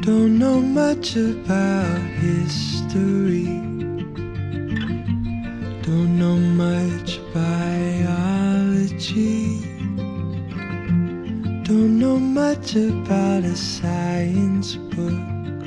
Don't know much about history. Don't know much biology. Don't know much about a science book.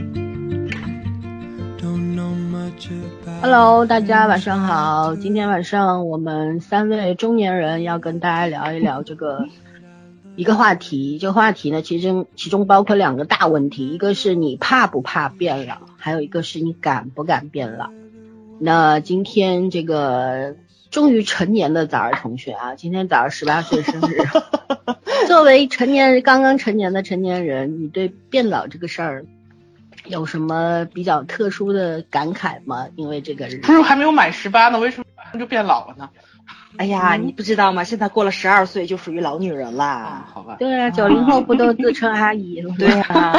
Don't know much about Hello， 大家晚上好。今天晚上我们3位中年人要跟大家聊一聊一个话题。这个话题呢，其中包括2个大问题，一个是你怕不怕变老，还有一个是你敢不敢变老。那今天这个终于成年的早儿同学啊，今天早儿18岁生日。作为刚刚成年的成年人，你对变老这个事儿有什么比较特殊的感慨吗？因为这个人不是还没有满18呢，为什么就变老了呢？ 哎呀，你不知道吗？现在过了12岁就属于老女人啦。 好吧。 对啊，90后不都自称阿姨了吗？ 对啊。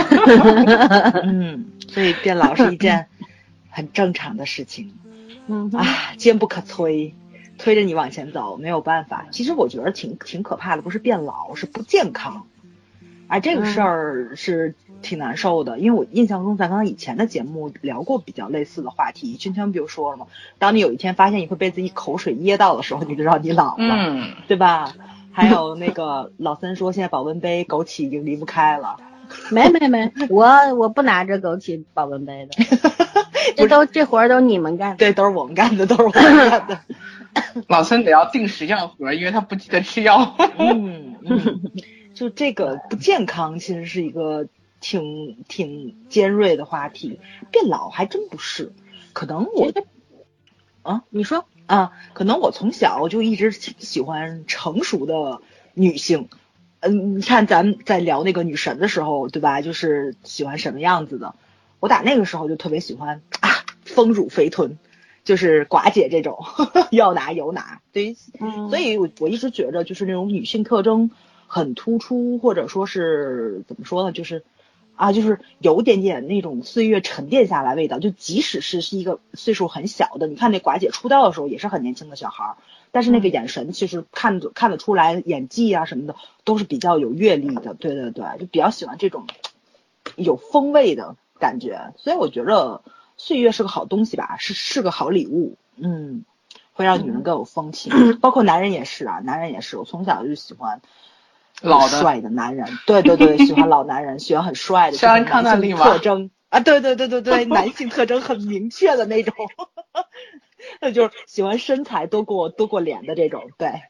所以变老是一件很正常的事情。坚不可摧，推着你往前走，没有办法。其实我觉得挺可怕的，不是变老，是不健康。这个事儿是挺难受的，因为我印象中咱刚刚以前的节目聊过比较类似的话题。圈圈不就说了吗？当你有一天发现你会被自己口水噎到的时候，你就知道你老了，对吧？还有那个老三说现在保温杯枸杞已经离不开了。 没，我不拿着枸杞保温杯的。这活儿都你们干的。 对，都是我们干的。 老三得要定时药盒，因为他不记得吃药。 就这个不健康其实是一个挺尖锐的话题。变老还真不是，可能你说可能我从小就一直喜欢成熟的女性。你看咱们在聊那个女神的时候，对吧？就是喜欢什么样子的。我打那个时候就特别喜欢丰乳肥臀，就是寡姐这种要拿有拿。对，所以我一直觉得就是那种女性特征很突出，或者说是怎么说呢，就是有点点那种岁月沉淀下来味道。就即使是一个岁数很小的，你看那寡姐出道的时候也是很年轻的小孩，但是那个眼神其实看得出来，演技啊什么的都是比较有阅历的。对，就比较喜欢这种有风味的感觉。所以我觉得岁月是个好东西吧，是个好礼物。会让女人更有风情。包括男人也是我从小就喜欢老的帅的男人。对，喜欢老男人，喜欢很帅的像康纳利特征对，男性特征很明确的那种。那就是喜欢身材多过脸的这种。对，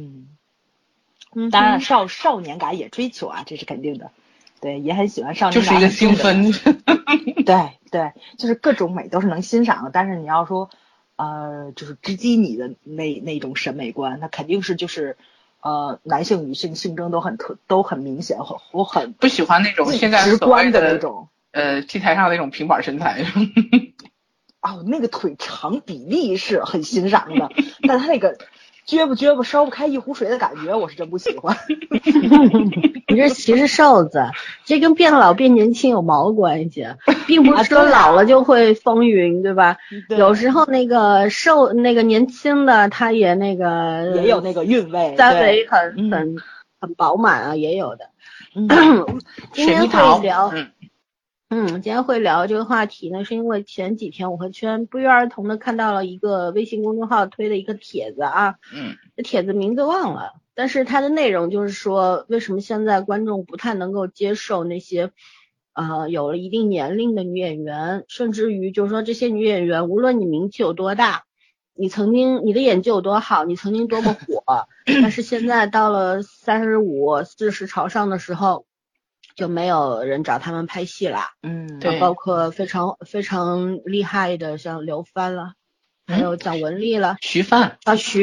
当然少年感也追求这是肯定的。对，也很喜欢少年感， 就是一个兴奋。 对，就是各种美都是能欣赏的。但是你要说就是直击你的那种审美观，那肯定是就是男性女性竞争都很明显，我很不喜欢那种现在直观的那种 T 台上那种平板身材。 那个腿长比例是很欣赏的，但他那个撅不烧不开一壶水的感觉我是真不喜欢。 你这其实瘦子，这跟变老变年轻有毛关系？并不是说老了就会风云，对吧？有时候那个年轻的他也也有那个韵味， 三围很饱满也有的。今天会聊今天会聊这个话题呢，是因为前几天我和圈不约而同的看到了一个微信公众号推的一个帖子这帖子名字忘了，但是它的内容就是说，为什么现在观众不太能够接受那些有了一定年龄的女演员，甚至于就是说这些女演员，无论你名气有多大，你的演技有多好，你曾经多么火，但是现在到了35、40朝上的时候，就没有人找他们拍戏啦。 对， 包括非常非常厉害的像刘帆了，还有蒋雯丽了， 徐帆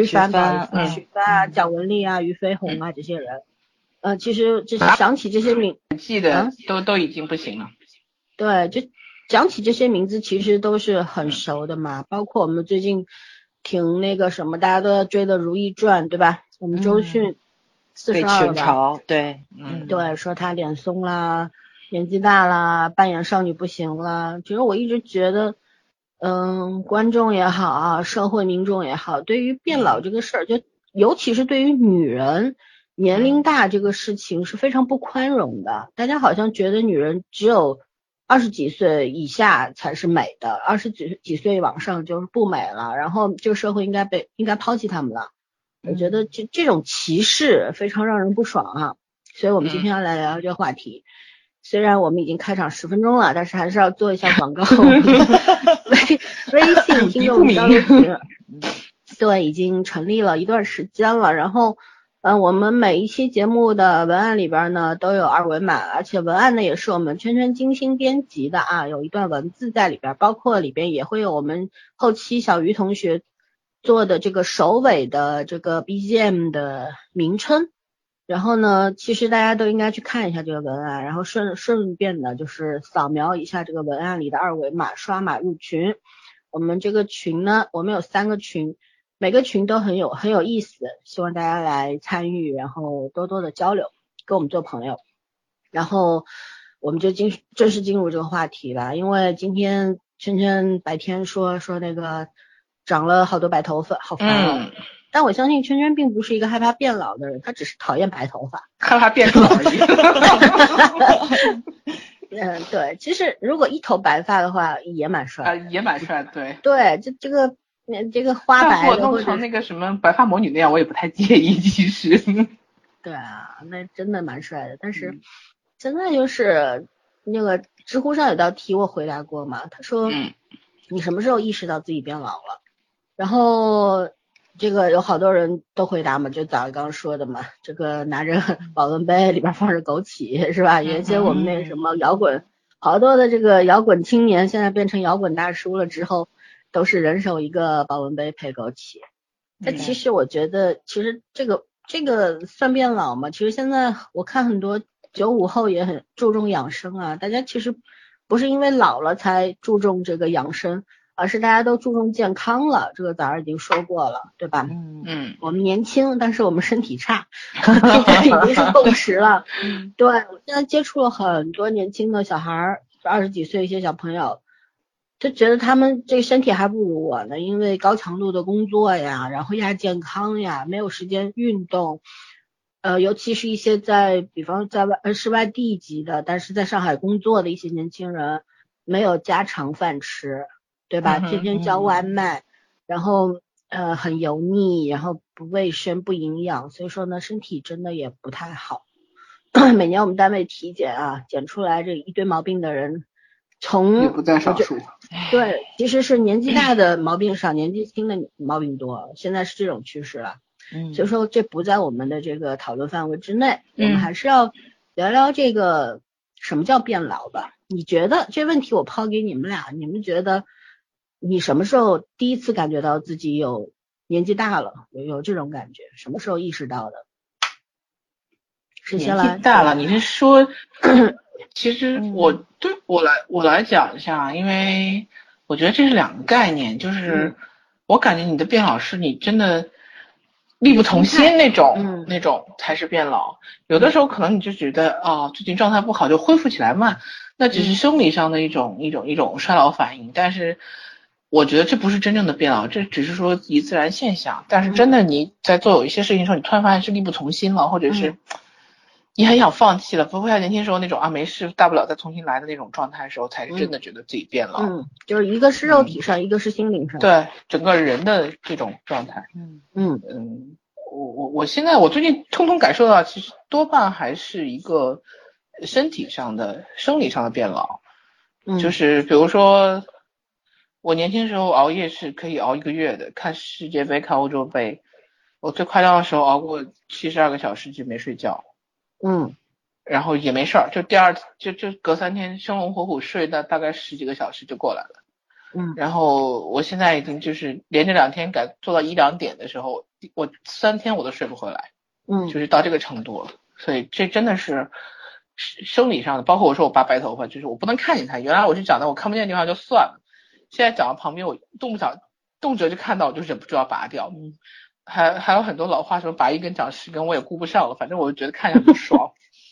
蒋雯丽于飞鸿这些人。其实这想起这些名记得都已经不行了。 对，就讲起这些名字其实都是很熟的嘛，包括我们最近挺那个什么大家都在追的《如懿传》，对吧？我们周迅42了吧？ 对， 对，说她脸松啦，年纪大啦，扮演少女不行了。其实我一直觉得观众也好社会民众也好，对于变老这个事儿，就尤其是对于女人年龄大这个事情是非常不宽容的。大家好像觉得女人只有 20几岁以下才是美的，20几岁往上就是不美了，然后这个社会应该抛弃他们了。我觉得这种歧视非常让人不爽啊，所以我们今天要来聊聊这个话题。虽然我们已经开场10分钟了，但是还是要做一下广告。微信听众交流群，对，已经成立了一段时间了。然后，我们每一期节目的文案里边呢都有二维码，而且文案呢也是我们圈圈精心编辑的啊，有一段文字在里边，包括里边也会有我们后期小鱼同学做的这个首尾的这个 BGM 的名称。然后呢，其实大家都应该去看一下这个文案，然后顺便的就是扫描一下这个文案里的二维码，刷码入群。我们这个群呢，我们有3个群，每个群都很有意思，希望大家来参与，然后多多的交流，跟我们做朋友。然后我们就正式进入这个话题了，因为今天圈圈白天说那个长了好多白头发，好烦哦。但我相信圈圈并不是一个害怕变老的人，他只是讨厌白头发， 害怕变老而已。 对，其实如果一头白发的话也蛮帅也蛮帅，对。 对，这个花白的， 但我弄成那个什么白发魔女那样，我也不太介意，其实。 对啊，那真的蛮帅的。但是现在就是那个知乎上有道题我回答过嘛，他说你什么时候意识到自己变老了？然后这个有好多人都回答嘛，就早上刚刚说的嘛，这个拿着保温杯里边放着枸杞是吧？原先我们那什么摇滚，好多的这个摇滚青年现在变成摇滚大叔了之后，都是人手一个保温杯配枸杞。那其实我觉得，其实这个算变老吗？其实现在我看很多95后也很注重养生啊，大家其实不是因为老了才注重这个养生，而是大家都注重健康了，这个早上已经说过了，对吧？我们年轻，但是我们身体差，这已经是共识了。对，我现在接触了很多年轻的小孩，20几岁一些小朋友，就觉得他们这个身体还不如我呢，因为高强度的工作呀，然后亚健康呀，没有时间运动。尤其是一些比方是外地籍的，但是在上海工作的一些年轻人，没有家常饭吃。对吧？天天叫外卖，然后很油腻，然后不卫生不营养，所以说呢身体真的也不太好。每年我们单位体检啊，检出来这一堆毛病的人， 也不在少数。 对，其实是年纪大的毛病少，年纪轻的毛病多，现在是这种趋势了。所以说这不在我们的这个讨论范围之内，我们还是要聊聊这个什么叫变老吧。你觉得这问题我抛给你们俩，你们觉得你什么时候第一次感觉到自己有年纪大了，有这种感觉？什么时候意识到的？谁先来？ 年纪大了，你是说，其实对我来讲一下，因为我觉得这是2个概念，就是我感觉你的变老是你真的力不从心那种才是变老。有的时候可能你就觉得最近状态不好就恢复起来慢，那只是生理上的一种衰老反应，但是我觉得这不是真正的变老，这只是说一自然现象。但是真的你在做有一些事情的时候，你突然发现是力不从心了，或者是你很想放弃了，不会像年轻时候那种没事大不了再重新来的那种状态的时候，才是真的觉得自己变老。 就是一个是肉体上，一个是心灵上。 对，整个人的这种状态。我现在我最近通通感受到，其实多半还是一个身体上的生理上的变老。就是比如说我年轻时候熬夜是可以熬1个月的，看世界杯看欧洲杯，我最夸张的时候熬过72个小时就没睡觉。然后也没事儿，就就隔3天生龙活虎睡的大概10几个小时就过来了。然后我现在已经就是连着2天敢做到1、2点的时候，我3天我都睡不回来。就是到这个程度了。所以这真的是生理上的，包括我说我拔白头发，就是我不能看见它，原来我是长在我看不见的地方就算了，现在长到旁边我动辄就看到我就忍不住要拔掉。还有很多老话说拔1根长10根，我也顾不上了，反正我就觉得看着很爽。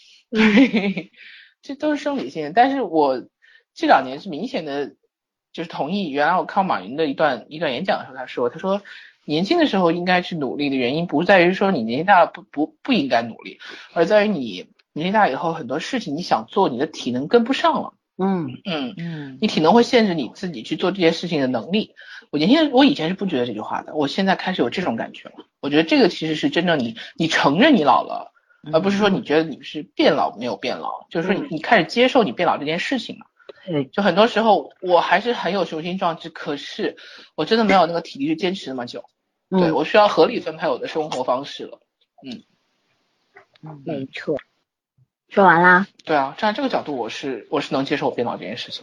这都是生理性的。但是我这2年是明显的就是同意，原来我看马云的一段演讲的时候，他说年轻的时候应该去努力的原因不在于说你年纪大了不应该努力，而在于你年纪大以后很多事情你想做，你的体能跟不上了。 你体能会限制你自己去做这件事情的能力。我以前是不觉得这句话的，我现在开始有这种感觉了。我觉得这个其实是真正你承认你老了，而不是说你觉得你是变老没有变老，就是说你开始接受你变老这件事情了。就很多时候我还是很有雄心壮志，可是我真的没有那个体力去坚持那么久。对，我需要合理分配我的生活方式了。 没错。说完啦？ 对啊，站在这个角度我是能接受我变老这件事情。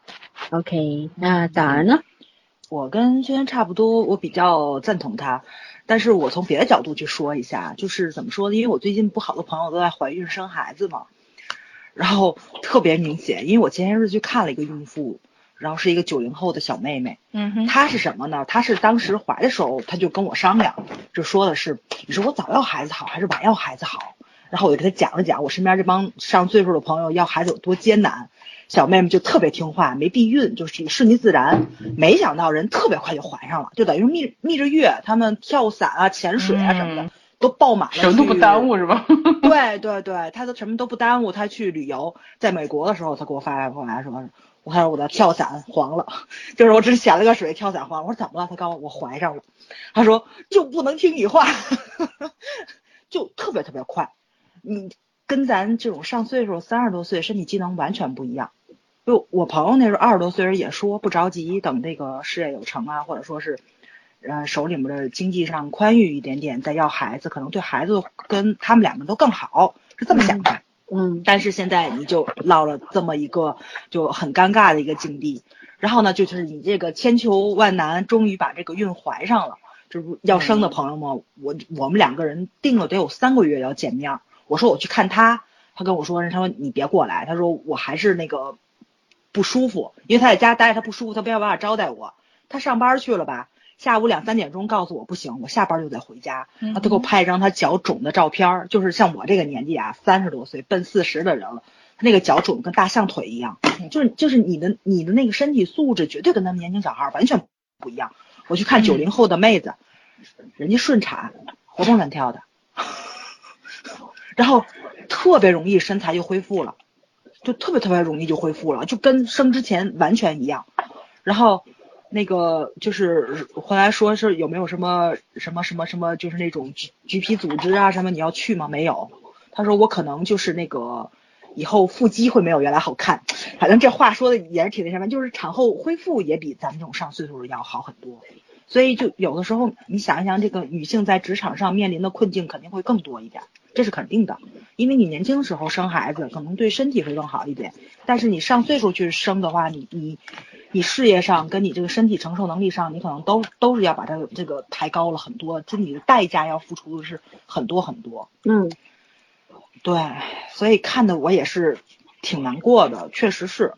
OK， 那早儿呢？ 我跟轩轩差不多，我比较赞同他，但是我从别的角度去说一下，就是怎么说呢？因为我最近不好的朋友都在怀孕生孩子嘛，然后特别明显，因为我前些日子去看了一个孕妇，然后是一个90后的小妹妹，她是什么呢？她是当时怀的时候，她就跟我商量，就说的是，你说我早要孩子好还是晚要孩子好？然后我就给她讲了讲我身边这帮上岁数的朋友要孩子有多艰难。小妹妹就特别听话，没避孕，就是顺其自然。没想到人特别快就怀上了，就等于蜜着月，他们跳伞啊、潜水啊什么的都爆满了， 什么都不耽误是吧？ 对对对，他都什么都不耽误。他去旅游，在美国的时候，他给我发过来说，我说我的跳伞黄了，就是我只潜了个水，跳伞黄了。我说怎么了？他告诉我怀上了。他说就不能听你话，就特别特别快。你跟咱这种上岁数30多岁，身体机能完全不一样。就我朋友那时候20多岁人也说不着急，等这个事业有成啊，或者说是手里面的经济上宽裕一点点再要孩子，可能对孩子跟他们两个都更好，是这么想的。但是现在你就落了这么一个就很尴尬的一个境地。然后呢，就是你这个千求万难终于把这个孕怀上了，就是要生的朋友们，我们两个人定了得有3个月要见面。我说我去看他跟我说，他说你别过来，他说我还是那个不舒服，因为他在家待着他不舒服，他不要办法招待我。他上班去了吧，下午2、3点钟告诉我不行，我下班就得回家。他给我拍一张他脚肿的照片，就是像我这个年纪啊，30多岁奔40的人了，他那个脚肿跟大象腿一样，就是你的那个身体素质绝对跟他们年轻小孩完全不一样。我去看90后的妹子，人家顺产活蹦乱跳的，然后特别容易身材就恢复了。就特别容易就恢复了，就跟生之前完全一样。然后那个就是后来说是有没有什么，就是那种橘皮组织啊什么你要去吗？没有。他说我可能就是那个以后腹肌会没有原来好看。反正这话说的也是挺那什么，就是产后恢复也比咱们这种上岁数的要好很多。所以就有的时候你想一想，这个女性在职场上面临的困境肯定会更多一点，这是肯定的。因为你年轻的时候生孩子可能对身体会更好一点，但是你上岁数去生的话，你事业上跟你这个身体承受能力上，你可能都是要把这个抬高了很多，就你的代价要付出的是很多很多。对，所以看的我也是挺难过的，确实是。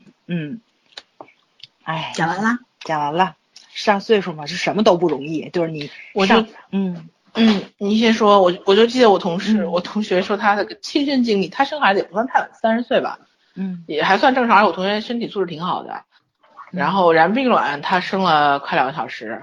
讲完了。 上岁数嘛，是什么都不容易，就是你你先说。我就记得我同学说他的亲身经历，他生孩子也不算太晚，30岁吧，也还算正常。我同学身体素质挺好的，然后然并卵他生了快2个小时，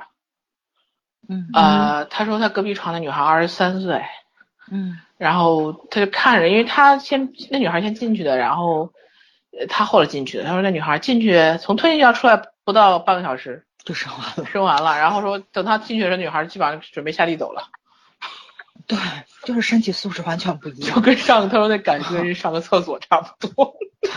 他说他隔壁床的女孩23岁，然后他就看着，因为那女孩先进去的，然后他后来进去的，他说那女孩进去从推进去要出来不到半个小时就生完了， 然后说等他进去的时候，女孩基本上准备下地走了。 对，就是身体素质完全不一样， 就跟他说那感觉跟上个厕所差不多。 对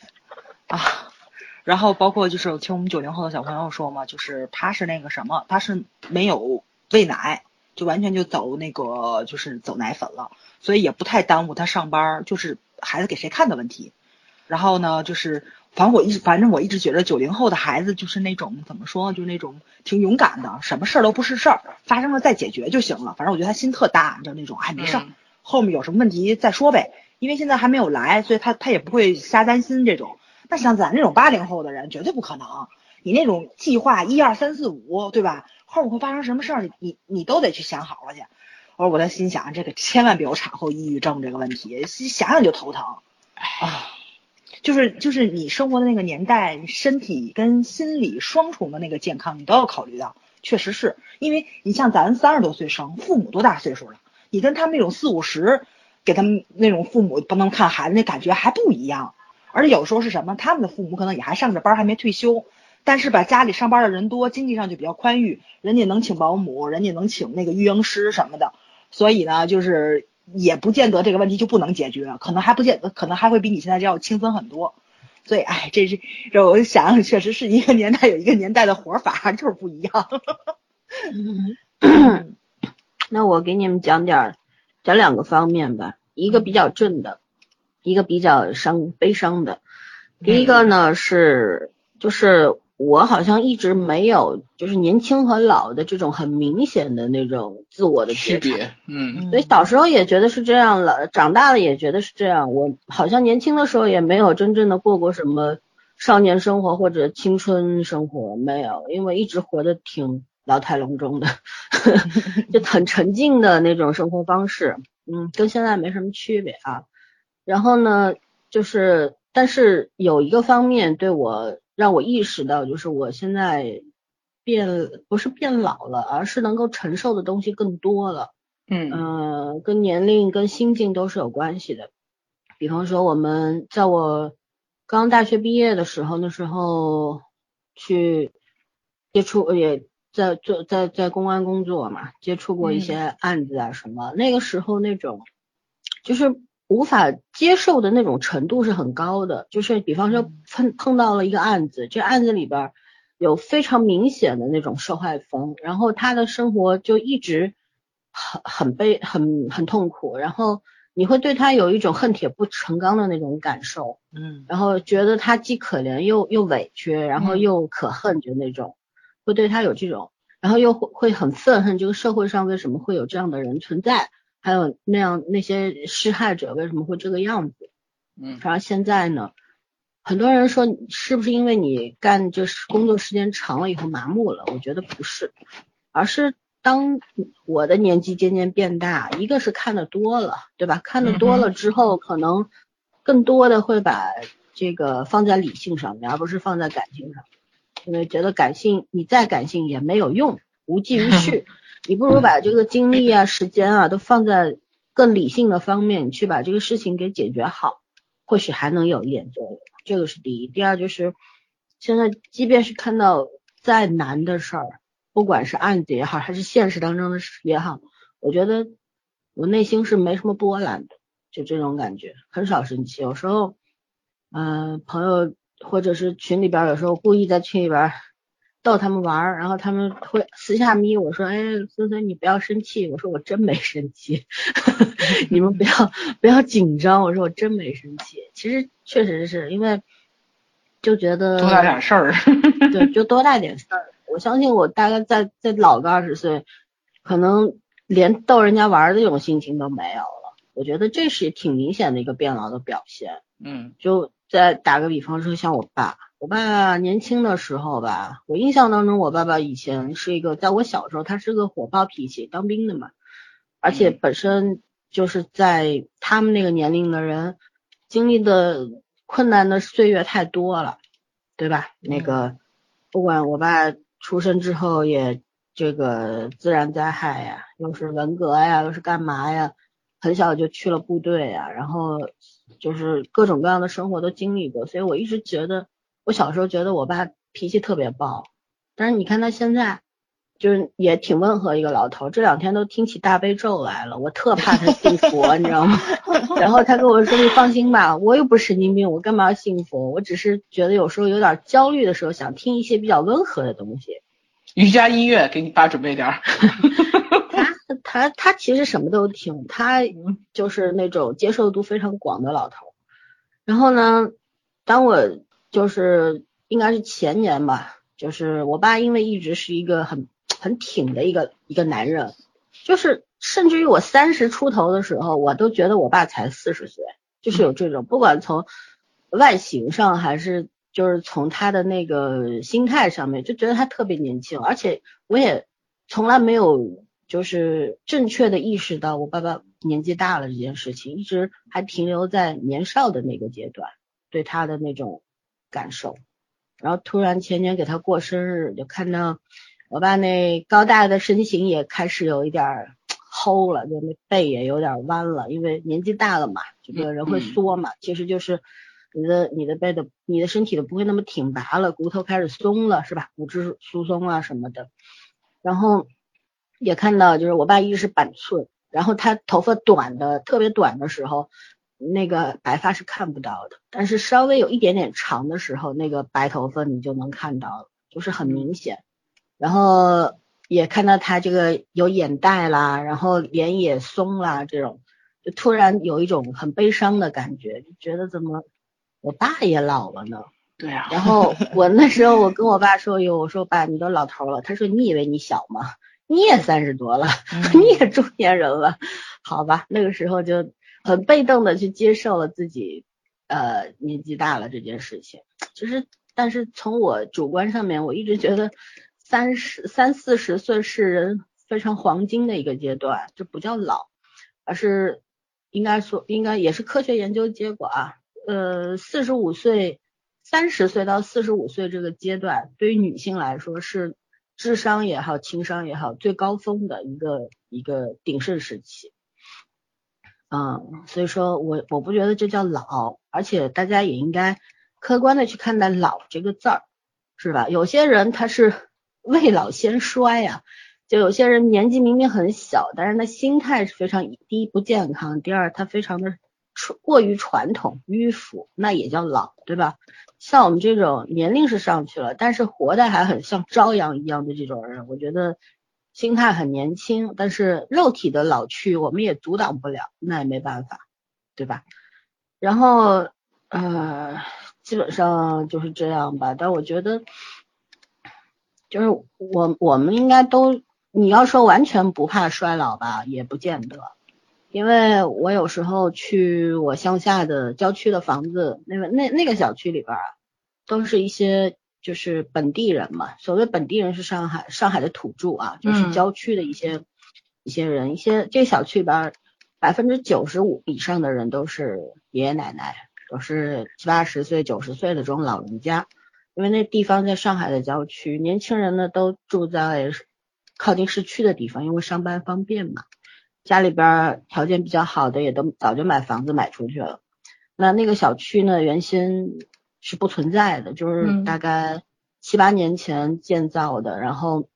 然后包括就是听我们90后的小朋友说嘛，就是他是那个什么，他是没有喂奶，就完全就走那个就是走奶粉了，所以也不太耽误他上班，就是孩子给谁看的问题。然后呢，就是反正我一直觉得90后的孩子就是那种怎么说，就是那种挺勇敢的，什么事儿都不是事儿，发生了再解决就行了。反正我觉得他心特大，就那种没事儿，后面有什么问题再说呗。因为现在还没有来，所以他也不会瞎担心这种。那像咱这种80后的人绝对不可能，你那种计划1、2、3、4、5，对吧？后面会发生什么事儿，你都得去想好了去。我在心想，这个千万别有产后抑郁症这个问题，想想就头疼啊。就是你生活的那个年代，你身体跟心理双重的那个健康，你都要考虑到。确实是因为你像咱30多岁生，父母多大岁数了？你跟他们那种40、50，给他们那种父母帮他们看孩子，那感觉还不一样。 而且有时候是什么，他们的父母可能也还上着班，还没退休，但是吧家里上班的人多，经济上就比较宽裕，人家能请保姆，人家能请那个育婴师什么的，所以呢就是也不见得这个问题就不能解决，可能还会比你现在这要轻松很多。所以这我想确实是一个年代有一个年代的活法，就是不一样。 那我给你们讲两个方面吧，一个比较正的，一个比较悲伤的。第一个呢是就是我好像一直没有就是年轻和老的这种很明显的那种自我的区别， 所以小时候也觉得是这样了，长大了也觉得是这样。我好像年轻的时候也没有真正的过什么少年生活或者青春生活，没有，因为一直活得挺老态龙钟的就很沉静的那种生活方式，跟现在没什么区别啊。然后呢就是但是有一个方面让我意识到，就是我现在不是变老了，而是能够承受的东西更多了。跟年龄跟心境都是有关系的。比方说在我刚大学毕业的时候，那时候去接触，也在公安工作嘛，接触过一些案子啊什么，那个时候那种就是无法接受的那种程度是很高的，就是比方说碰到了一个案子，这案子里边有非常明显的那种受害方，然后他的生活就一直很痛苦，然后你会对他有一种恨铁不成钢的那种感受，然后觉得他既可怜又委屈，然后又可恨，就那种会对他有这种，然后又会很愤恨这个社会上为什么会有这样的人存在，还有那些施害者为什么会这个样子。然后现在呢，很多人说是不是因为你干就是工作时间长了以后麻木了，我觉得不是，而是当我的年纪渐渐变大，一个是看得多了，对吧？看得多了之后，可能更多的会把这个放在理性上面，而不是放在感性上，因为觉得你再感性也没有用，无济于事。你不如把这个精力啊、时间啊都放在更理性的方面，你去把这个事情给解决好，或许还能有一点作用。这个是第一。第二就是现在即便是看到再难的事儿，不管是案子也好，还是现实当中的事也好，我觉得我内心是没什么波澜的，就这种感觉，很少生气。有时候朋友或者是群里边有时候故意在群里边逗他们玩，然后他们会私下咪我说，孙孙你不要生气，我说我真没生气你们不要紧张，我说我真没生气。其实确实是因为就觉得多大点事儿对，就多大点事儿。我相信我大概再老个20岁，可能连逗人家玩的这种心情都没有了。我觉得这是挺明显的一个变老的表现。就再打个比方说，像我爸年轻的时候吧，我印象当中我爸爸以前是一个，在我小时候他是个火爆脾气，当兵的嘛，而且本身就是在他们那个年龄的人经历的困难的岁月太多了，对吧？那个不管我爸出生之后也这个自然灾害呀，又是文革呀，又是干嘛呀，很小就去了部队呀，然后就是各种各样的生活都经历过，所以我一直觉得我小时候觉得我爸脾气特别暴，但是你看他现在就是也挺温和一个老头，这2天都听起大悲咒来了，我特怕他信佛你知道吗然后他跟我说你放心吧，我又不是神经病，我干嘛要信佛，我只是觉得有时候有点焦虑的时候想听一些比较温和的东西。 瑜伽音乐给你爸准备点他其实什么都听，他就是那种接受度非常广的老头。然后呢，当我就是应该是前年吧，就是我爸因为一直是一个很挺的一个男人，就是甚至于我30出头的时候，我都觉得我爸才40岁，就是有这种，不管从外形上还是就是从他的那个心态上面，就觉得他特别年轻，而且我也从来没有就是正确的意识到我爸爸年纪大了这件事情，一直还停留在年少的那个阶段对他的那种感受。然后突然前年给他过生日，就看到我爸那高大的身形也开始有一点齁了，就那背也有点弯了，因为年纪大了嘛，这个人会缩嘛，其实就是你的身体都不会那么挺拔了，骨头开始松了，是吧？骨质疏松啊什么的。然后也看到就是我爸一直是板寸，然后他头发特别短的时候，那个白发是看不到的，但是稍微有一点点长的时候，那个白头发你就能看到了，就是很明显。然后也看到他这个有眼袋啦，然后脸也松啦，这种就突然有一种很悲伤的感觉，就觉得怎么我爸也老了呢？ 对啊。 然后我那时候我跟我爸说我说爸你都老头了，他说你以为你小吗？你也30多了，你也中年人了，好吧，那个时候就很被动的去接受了自己年纪大了这件事情。就是但是从我主观上面，我一直觉得30-40岁是人非常黄金的一个阶段，这不叫老，而是应该也是科学研究结果啊。45岁30岁到45岁这个阶段，对于女性来说是智商也好情商也好最高峰的一个鼎盛时期。所以说我不觉得这叫老，而且大家也应该客观的去看待老这个字儿，是吧？有些人他是未老先衰啊，就有些人年纪明明很小，但是他心态是非常第一不健康，第二他非常的过于传统迂腐，那也叫老，对吧？像我们这种年龄是上去了，但是活得还很像朝阳一样的这种人，我觉得心态很年轻，但是肉体的老去我们也阻挡不了，那也没办法，对吧？然后基本上就是这样吧。但我觉得就是我们应该都，你要说完全不怕衰老吧，也不见得。因为我有时候去我乡下的郊区的房子，那个小区里边啊，都是一些就是本地人嘛。所谓本地人是上海的土著啊，就是郊区的一些人，这个小区里边95%以上的人都是爷爷奶奶，都是70-80岁、90岁的这种老人家。因为那地方在上海的郊区，年轻人呢都住在靠近市区的地方，因为上班方便嘛。家里边条件比较好的也都早就买房子买出去了。那个小区呢，原先是不存在的，就是大概7-8年前建造的，然后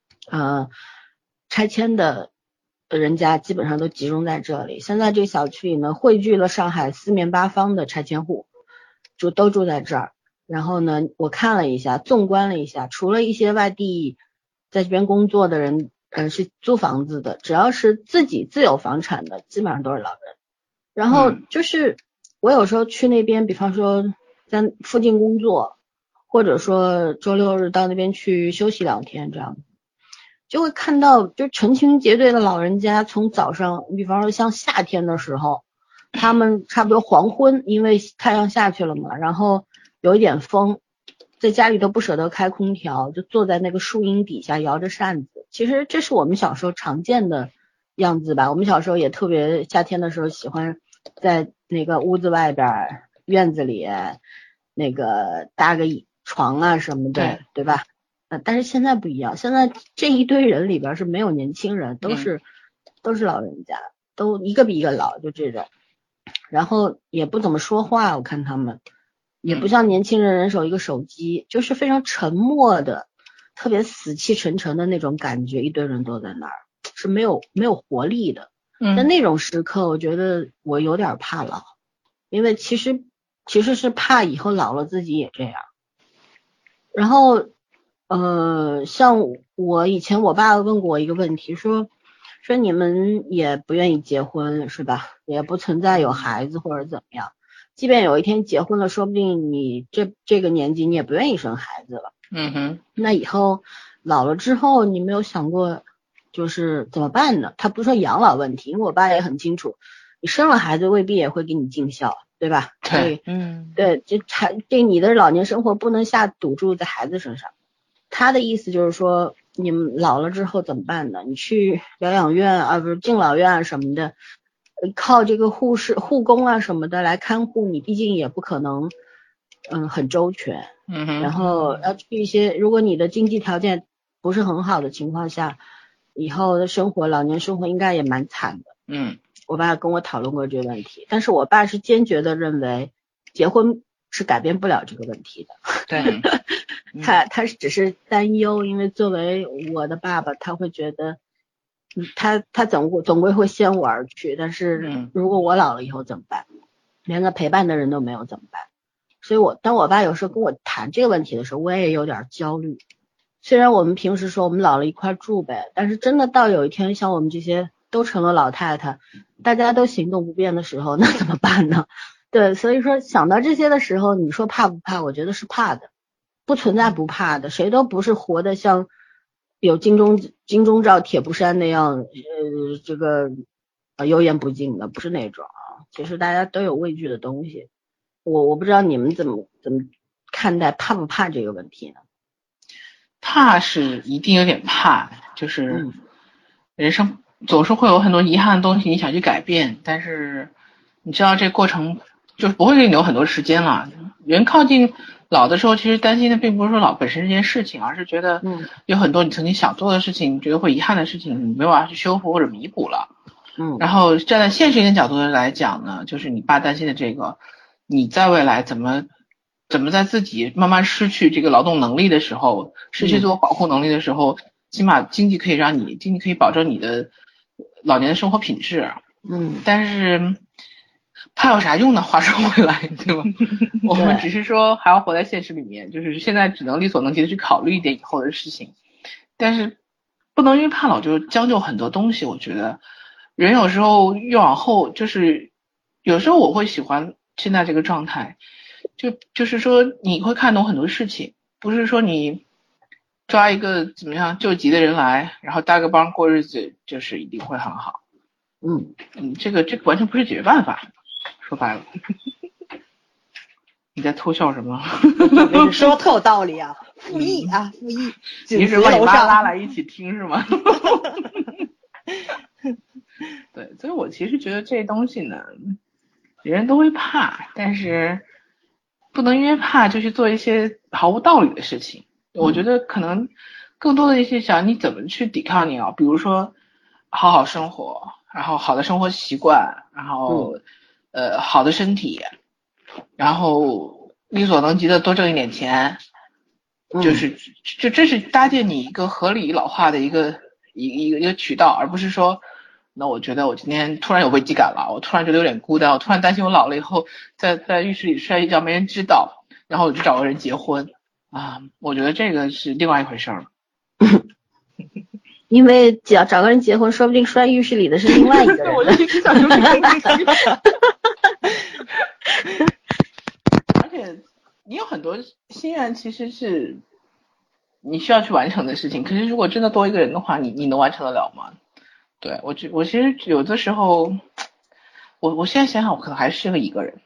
拆迁的人家基本上都集中在这里。现在这个小区里呢，汇聚了上海四面八方的拆迁户，都住在这儿。然后呢，我看了一下，纵观了一下，除了一些外地在这边工作的人是租房子的，只要是自己自有房产的基本上都是老人。然后就是我有时候去那边，比方说在附近工作，或者说周六日到那边去休息2天这样，就会看到就成群结队的老人家，从早上比方说像夏天的时候，他们差不多黄昏，因为太阳下去了嘛，然后有一点风，在家里都不舍得开空调，就坐在那个树荫底下摇着扇子。其实这是我们小时候常见的样子吧。我们小时候也特别夏天的时候喜欢在那个屋子外边院子里那个搭个床啊什么的， 对吧？但是现在不一样，现在这一堆人里边是没有年轻人，都是老人家，都一个比一个老，就这种。然后也不怎么说话，我看他们也不像年轻人人手一个手机，就是非常沉默的，特别死气沉沉的那种感觉，一堆人都在那儿，是没有活力的。在那种时刻，我觉得我有点怕老，因为其实是怕以后老了自己也这样。然后像我以前我爸问过我一个问题，说你们也不愿意结婚是吧？也不存在有孩子或者怎么样。即便有一天结婚了，说不定你这个年纪你也不愿意生孩子了。那以后老了之后，你没有想过就是怎么办呢？他不是说养老问题，因为我爸也很清楚，你生了孩子未必也会给你尽孝，对吧？ 对， 对，这你的老年生活不能下赌注在孩子身上。他的意思就是说，你们老了之后怎么办呢？你去疗养院啊，不是敬老院啊什么的，靠这个护工啊什么的来看护你，毕竟也不可能很周全。然后要去一些，如果你的经济条件不是很好的情况下，以后的老年生活应该也蛮惨的。我爸跟我讨论过这个问题，但是我爸是坚决的认为结婚是改变不了这个问题的。 对， 他只是担忧，因为作为我的爸爸，他会觉得，他总归会先我而去，但是如果我老了以后怎么办？连个陪伴的人都没有怎么办？所以当我爸有时候跟我谈这个问题的时候，我也有点焦虑。虽然我们平时说我们老了一块住呗，但是真的到有一天像我们这些都成了老太太，大家都行动不便的时候，那怎么办呢？对，所以说想到这些的时候，你说怕不怕？我觉得是怕的，不存在不怕的，谁都不是活得像有金钟罩铁布衫那样，这个油盐不进的，不是那种啊。其实大家都有畏惧的东西，我不知道你们怎么看待怕不怕这个问题呢？ 怕是一定有点怕，就是人生总是会有很多遗憾的东西，你想去改变，但是你知道这过程就是不会给你留很多时间了。人靠近老的时候，其实担心的并不是说老本身这件事情，而是觉得有很多你曾经想做的事情，觉得会遗憾的事情，你没有办法去修复或者弥补了。然后站在现实一点角度来讲呢，就是你爸担心的这个，你在未来怎么在自己慢慢失去这个劳动能力的时候，失去自我保护能力的时候，起码经济可以保证你的老年的生活品质。但是怕有啥用呢？话说回来，对吧？我们只是说还要活在现实里面，就是现在只能力所能及的去考虑一点以后的事情，但是不能因为怕老就将就很多东西。我觉得人有时候越往后，就是有时候我会喜欢现在这个状态，就是说你会看懂很多事情，不是说你抓一个怎么样救急的人来，然后搭个帮过日子，就是一定会很好。这个完全不是解决办法。说白了，你在偷笑什么？ 你说的特有道理啊，复议啊，复议。 你是把你妈拉来一起听是吗？对，所以我其实觉得这东西呢，人都会怕，但是不能因为怕就去做一些毫无道理的事情。我觉得可能更多的一些想你怎么去抵抗你比如说好好生活，然后好的生活习惯，然后好的身体，然后力所能及的多挣一点钱，这是搭建你一个合理老化的一个渠道，而不是说那我觉得我今天突然有危机感了，我突然觉得有点孤单，我突然担心我老了以后在浴室里摔一跤没人知道，然后我就找个人结婚我觉得这个是另外一回事儿。 因为只要找个人结婚，说不定摔浴室里的是另外一个人。 我就想说这个。而且你有很多心愿其实是你需要去完成的事情，可是如果真的多一个人的话，你能完成得了吗？对，我其实有的时候我现在想想我可能还适合一个人。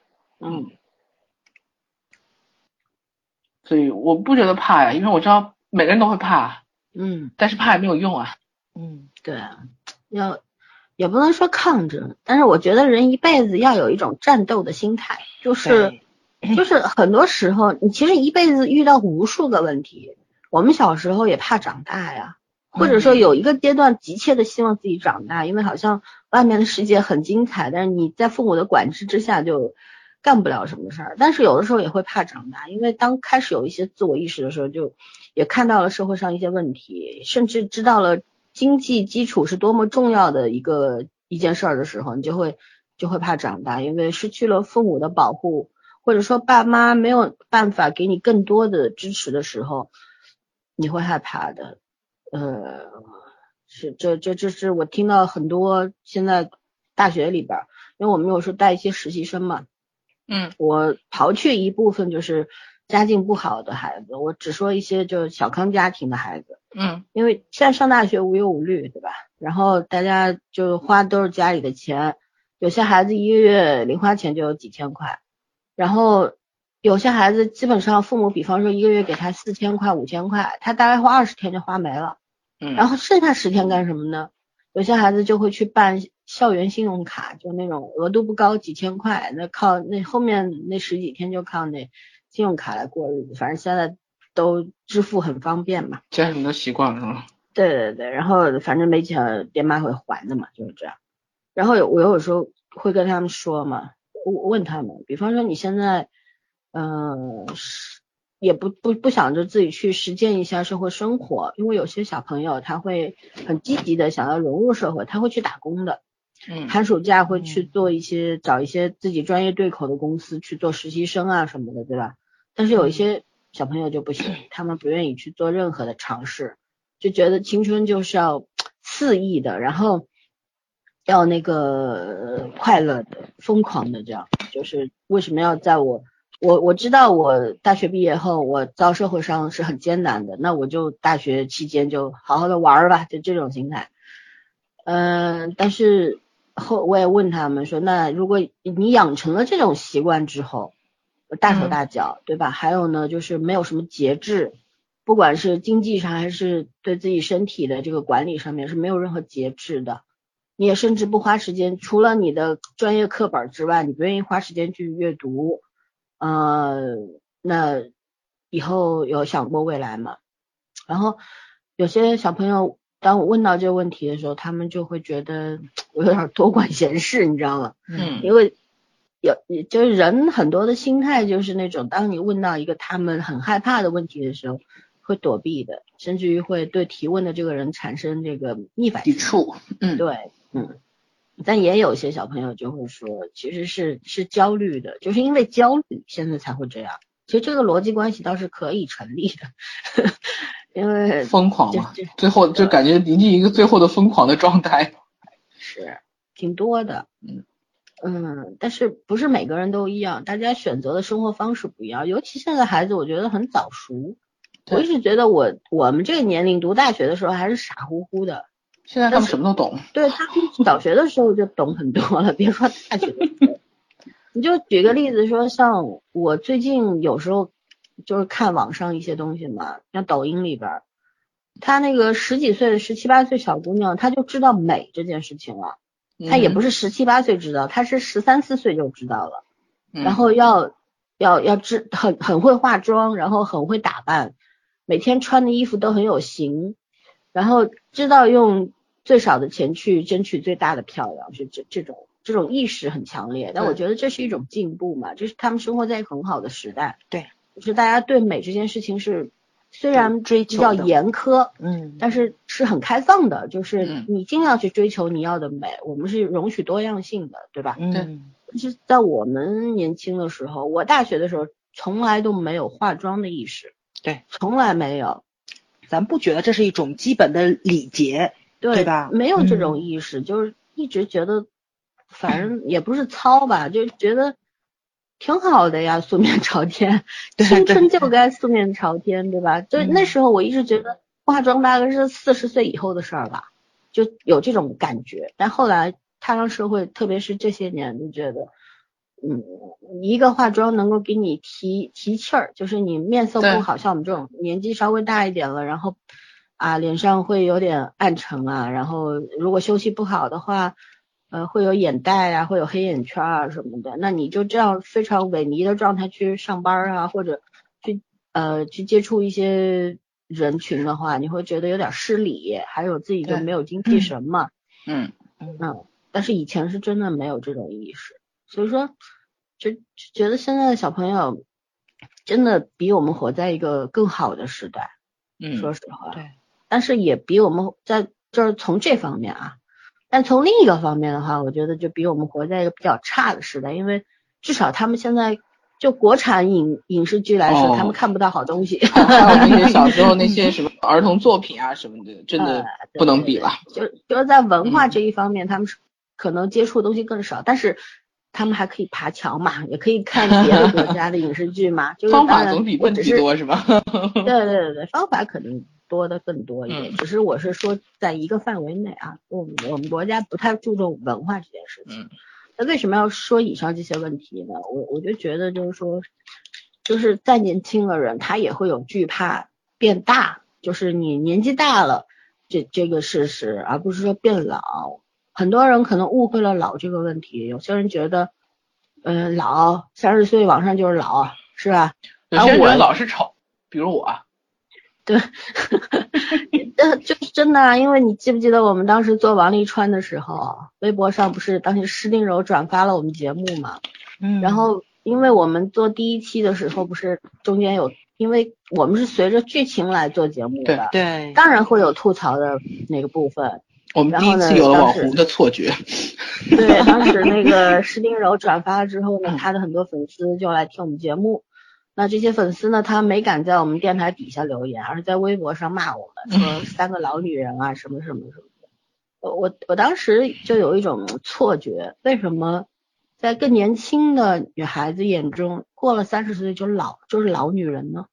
所以我不觉得怕呀，因为我知道每个人都会怕。但是怕也没有用啊。 对，也不能说抗争，但是我觉得人一辈子要有一种战斗的心态，就是很多时候你其实一辈子遇到无数个问题，我们小时候也怕长大呀，或者说有一个阶段急切的希望自己长大，因为好像外面的世界很精彩，但是你在父母的管制之下就干不了什么事儿。但是有的时候也会怕长大，因为当开始有一些自我意识的时候，就也看到了社会上一些问题，甚至知道了经济基础是多么重要的一件事儿的时候，你就会怕长大，因为失去了父母的保护，或者说爸妈没有办法给你更多的支持的时候，你会害怕的。这是我听到很多现在大学里边，因为我们有时候带一些实习生嘛，我刨去一部分就是家境不好的孩子，我只说一些就小康家庭的孩子，因为现在上大学无忧无虑，对吧？然后大家就花都是家里的钱，有些孩子一个月零花钱就有几千块，然后有些孩子基本上父母比方说一个月给他4000块5000块，他大概花20天就花没了，然后剩下10天干什么呢？有些孩子就会去办校园信用卡，就那种额度不高几千块，那靠那后面那10几天就靠那信用卡来过日子，反正现在都支付很方便嘛， 家人都习惯了是吧？ 对，然后反正没钱爹妈会还的嘛，就是这样。然后我有时候会跟他们说嘛，我问他们，比方说你现在也不想着自己去实践一下社会生活，因为有些小朋友他会很积极的想要融入社会，他会去打工的。寒暑假会去做找一些自己专业对口的公司去做实习生啊什么的，对吧？但是有一些小朋友就不行，他们不愿意去做任何的尝试，就觉得青春就是要肆意的，然后要那个快乐的、疯狂的，这样就是为什么要在我知道我大学毕业后我到社会上是很艰难的，那我就大学期间就好好的玩吧，就这种心态。但是我也问他们说，那如果你养成了这种习惯之后，大手大脚，对吧？还有呢，就是没有什么节制，不管是经济上还是对自己身体的这个管理上面是没有任何节制的。你也甚至不花时间，除了你的专业课本之外，你不愿意花时间去阅读。那以后有想过未来吗？然后有些小朋友当我问到这个问题的时候，他们就会觉得我有点多管闲事，你知道吗？因为就是人很多的心态就是那种，当你问到一个他们很害怕的问题的时候，会躲避的，甚至于会对提问的这个人产生这个逆反抵触。 对，但也有些小朋友就会说，其实是焦虑的，就是因为焦虑现在才会这样。其实这个逻辑关系倒是可以成立的，因为疯狂嘛，最后就感觉临近一个最后的疯狂的状态， 是挺多的。但是不是每个人都一样，大家选择的生活方式不一样，尤其现在孩子我觉得很早熟。我一直觉得我们这个年龄读大学的时候还是傻乎乎的， 现在他们什么都懂。 对，他们小学的时候就懂很多了，别说大学的时候。你就举个例子说，像我最近有时候就是看网上一些东西嘛，像抖音里边，他那个十几岁的17、18岁小姑娘，她就知道美这件事情了。她也不是17、18岁知道，她是13、14岁就知道了。然后要很会化妆，然后很会打扮，每天穿的衣服都很有型，然后知道用最少的钱去争取最大的漂亮，是这种意识很强烈。但我觉得这是一种进步嘛，就是他们生活在一个很好的时代。 对， 就是大家对美这件事情是虽然比较严苛，但是是很开放的，就是你尽量去追求你要的美，我们是容许多样性的，对吧？ 对。 就是在我们年轻的时候，我大学的时候从来都没有化妆的意识。 对， 从来没有。 咱不觉得这是一种基本的礼节，对吧？ 没有这种意识，就是一直觉得反正也不是糙吧，就觉得挺好的呀，素面朝天，青春就该素面朝天，对吧？就那时候我一直觉得化妆大概是40岁以后的事儿吧，就有这种感觉。但后来踏上社会，特别是这些年，就觉得一个化妆能够给你提气儿，就是你面色不好，像我们这种年纪稍微大一点了，然后脸上会有点暗沉啊，然后如果休息不好的话会有眼袋啊，会有黑眼圈啊什么的，那你就这样非常萎靡的状态去上班啊，或者去接触一些人群的话，你会觉得有点失礼，还有自己就没有精气神嘛。但是以前是真的没有这种意识，所以说就觉得现在的小朋友真的比我们活在一个更好的时代。说实话。 对。 但是也比我们在就是从这方面但从另一个方面的话，我觉得就比我们活在一个比较差的时代，因为至少他们现在就国产影视剧来说，他们看不到好东西。 还有那些小时候那些什么儿童作品啊什么的，真的不能比了。 就是在文化这一方面，他们是可能接触的东西更少，但是他们还可以爬墙嘛，也可以看别的国家的影视剧嘛。就是方法总比问题多是吧？ 对，方法可能多的更多一点，只是我是说在一个范围内我们国家不太注重文化这件事情。那为什么要说以上这些问题呢？我就觉得就是说，就是再年轻的人他也会有惧怕变大，就是你年纪大了这个事实，而不是说变老。很多人可能误会了老这个问题，有些人觉得老30岁往上就是老，是吧？ 有些人觉得老是丑，比如我。 对，就是真的因为你记不记得我们当时做王沥川的时候，微博上不是当时施定柔转发了我们节目嘛，然后因为我们做第一期的时候不是中间有，因为我们是随着剧情来做节目的， 对， 当然会有吐槽的那个部分。 我们第一次有了网红的错觉。 对，当时那个施丁柔转发了之后呢，他的很多粉丝就来听我们节目。那这些粉丝呢，他没敢在我们电台底下留言，而是在微博上骂我们，说3个老女人啊，什么什么什么的。我当时就有一种错觉，为什么在更年轻的女孩子眼中，过了30岁就是老女人呢？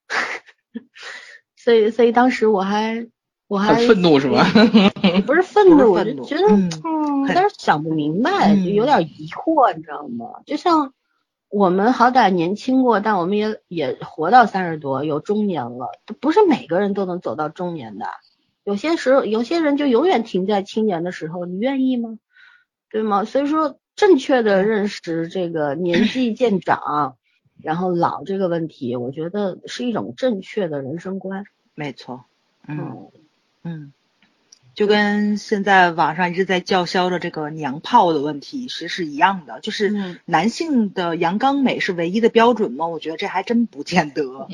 所以当时我还很愤怒是吧？ 不是愤怒，我就觉得有点想不明白，就有点疑惑，你知道吗？就像我们好歹年轻过，但我们也活到30多，有中年了，不是每个人都能走到中年的。有些时候，有些人就永远停在青年的时候，你愿意吗？对吗？所以说，正确的认识这个年纪渐长，然后老这个问题，我觉得是一种正确的人生观。 没错，就跟现在网上一直在叫嚣的这个娘炮的问题是一样的，就是男性的阳刚美是唯一的标准吗？我觉得这还真不见得。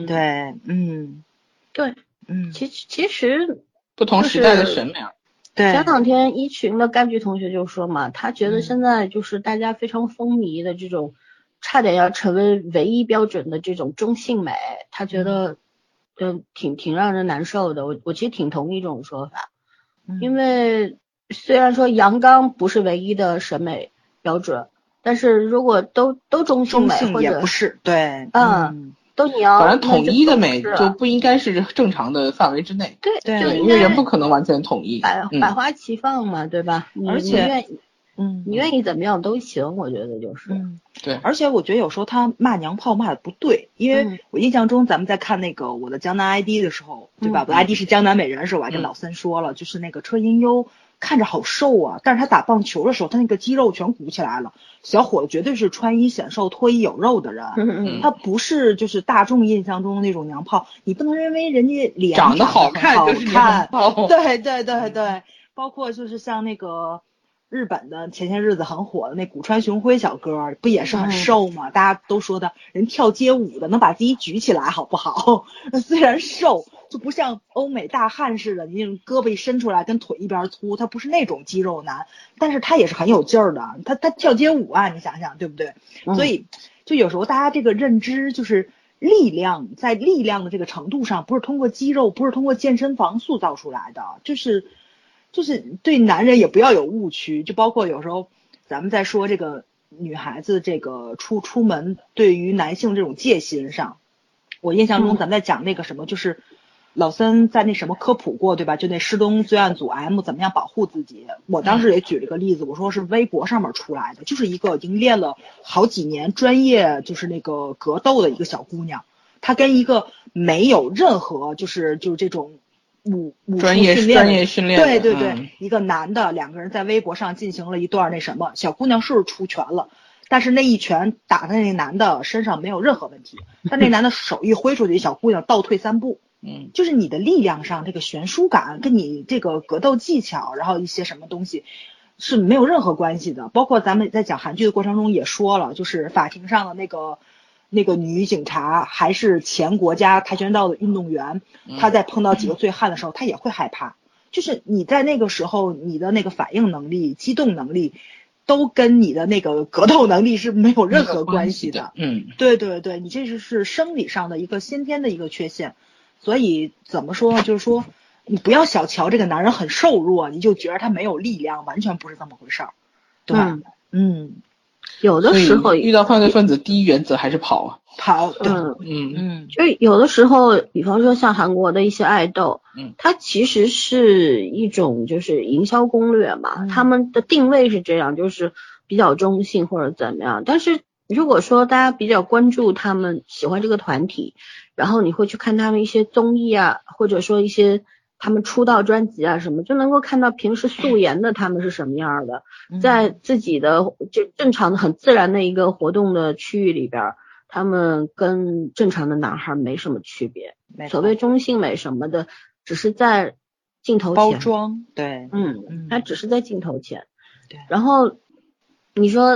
对，其实不同时代的审美。 对， 前2天一群的柑橘同学就说嘛，他觉得现在就是大家非常风靡的这种差点要成为唯一标准的这种中性美，他觉得挺让人难受的。我其实挺同意这种说法。因为虽然说阳刚不是唯一的审美标准，但是如果都中性美或者也不是，对， 都你要， 反正统一的美就不应该是正常的范围之内。 对， 因为人不可能完全统一， 百花齐放嘛，对吧？ 而且你愿意怎么样都行，我觉得就是。 对， 而且我觉得有时候他骂娘炮骂的不对，因为我印象中咱们在看那个我的江南 ID 的时候，对吧？我的 ID 是江南美人的时候，我还跟老森说了，就是那个车银优看着好瘦啊，但是他打棒球的时候，他那个肌肉全鼓起来了。小伙子绝对是穿衣显瘦、脱衣有肉的人，他不是就是大众印象中的那种娘炮。你不能认为人家脸长得好看就是娘炮。 对，包括就是像那个日本的前些日子很火的那古川雄辉小哥，不也是很瘦吗？大家都说的人跳街舞的能把自己举起来，好不好？虽然瘦，就不像欧美大汉似的，你那种胳膊一伸出来跟腿一边粗，他不是那种肌肉男，但是他也是很有劲儿的。他跳街舞啊，你想想对不对？所以就有时候大家这个认知就是力量，在力量的这个程度上，不是通过肌肉，不是通过健身房塑造出来的，就是对男人也不要有误区，就包括有时候咱们在说这个女孩子这个出门对于男性这种戒心上，我印象中咱们在讲那个什么，就是老森在那什么科普过，对吧？就那失踪罪案组 M 怎么样保护自己，我当时也举了一个例子，我说是微博上面出来的，就是一个已经练了好几年专业就是那个格斗的一个小姑娘，她跟一个没有任何就是这种武术专业训练的， 对，一个男的，2个人在微博上进行了一段那什么，小姑娘是出拳了，但是那一拳打在那男的身上没有任何问题，但那男的手一挥出去，小姑娘倒退3步。就是你的力量上这个悬殊感跟你这个格斗技巧，然后一些什么东西是没有任何关系的。包括咱们在讲韩剧的过程中也说了，就是法庭上的那个女警察还是前国家跆拳道的运动员，她在碰到几个醉汉的时候，她也会害怕。就是你在那个时候，你的那个反应能力、机动能力，都跟你的那个格斗能力是没有任何关系的。对，你这是生理上的一个先天的一个缺陷。所以怎么说呢？就是说，你不要小瞧这个男人很瘦弱，你就觉得他没有力量，完全不是这么回事儿，对吧？ 有的时候遇到犯罪分子，第一原则还是跑。 就有的时候，比方说像韩国的一些爱豆，它其实是一种就是营销攻略嘛，他们的定位是这样，就是比较中性或者怎么样。但是如果说大家比较关注他们喜欢这个团体，然后你会去看他们一些综艺啊，或者说一些他们出道专辑啊什么，就能够看到平时素颜的他们是什么样的，在自己的就正常的很自然的一个活动的区域里边，他们跟正常的男孩没什么区别。所谓中性美什么的，只是在镜头前包装，对， 它只是在镜头前。对，然后你说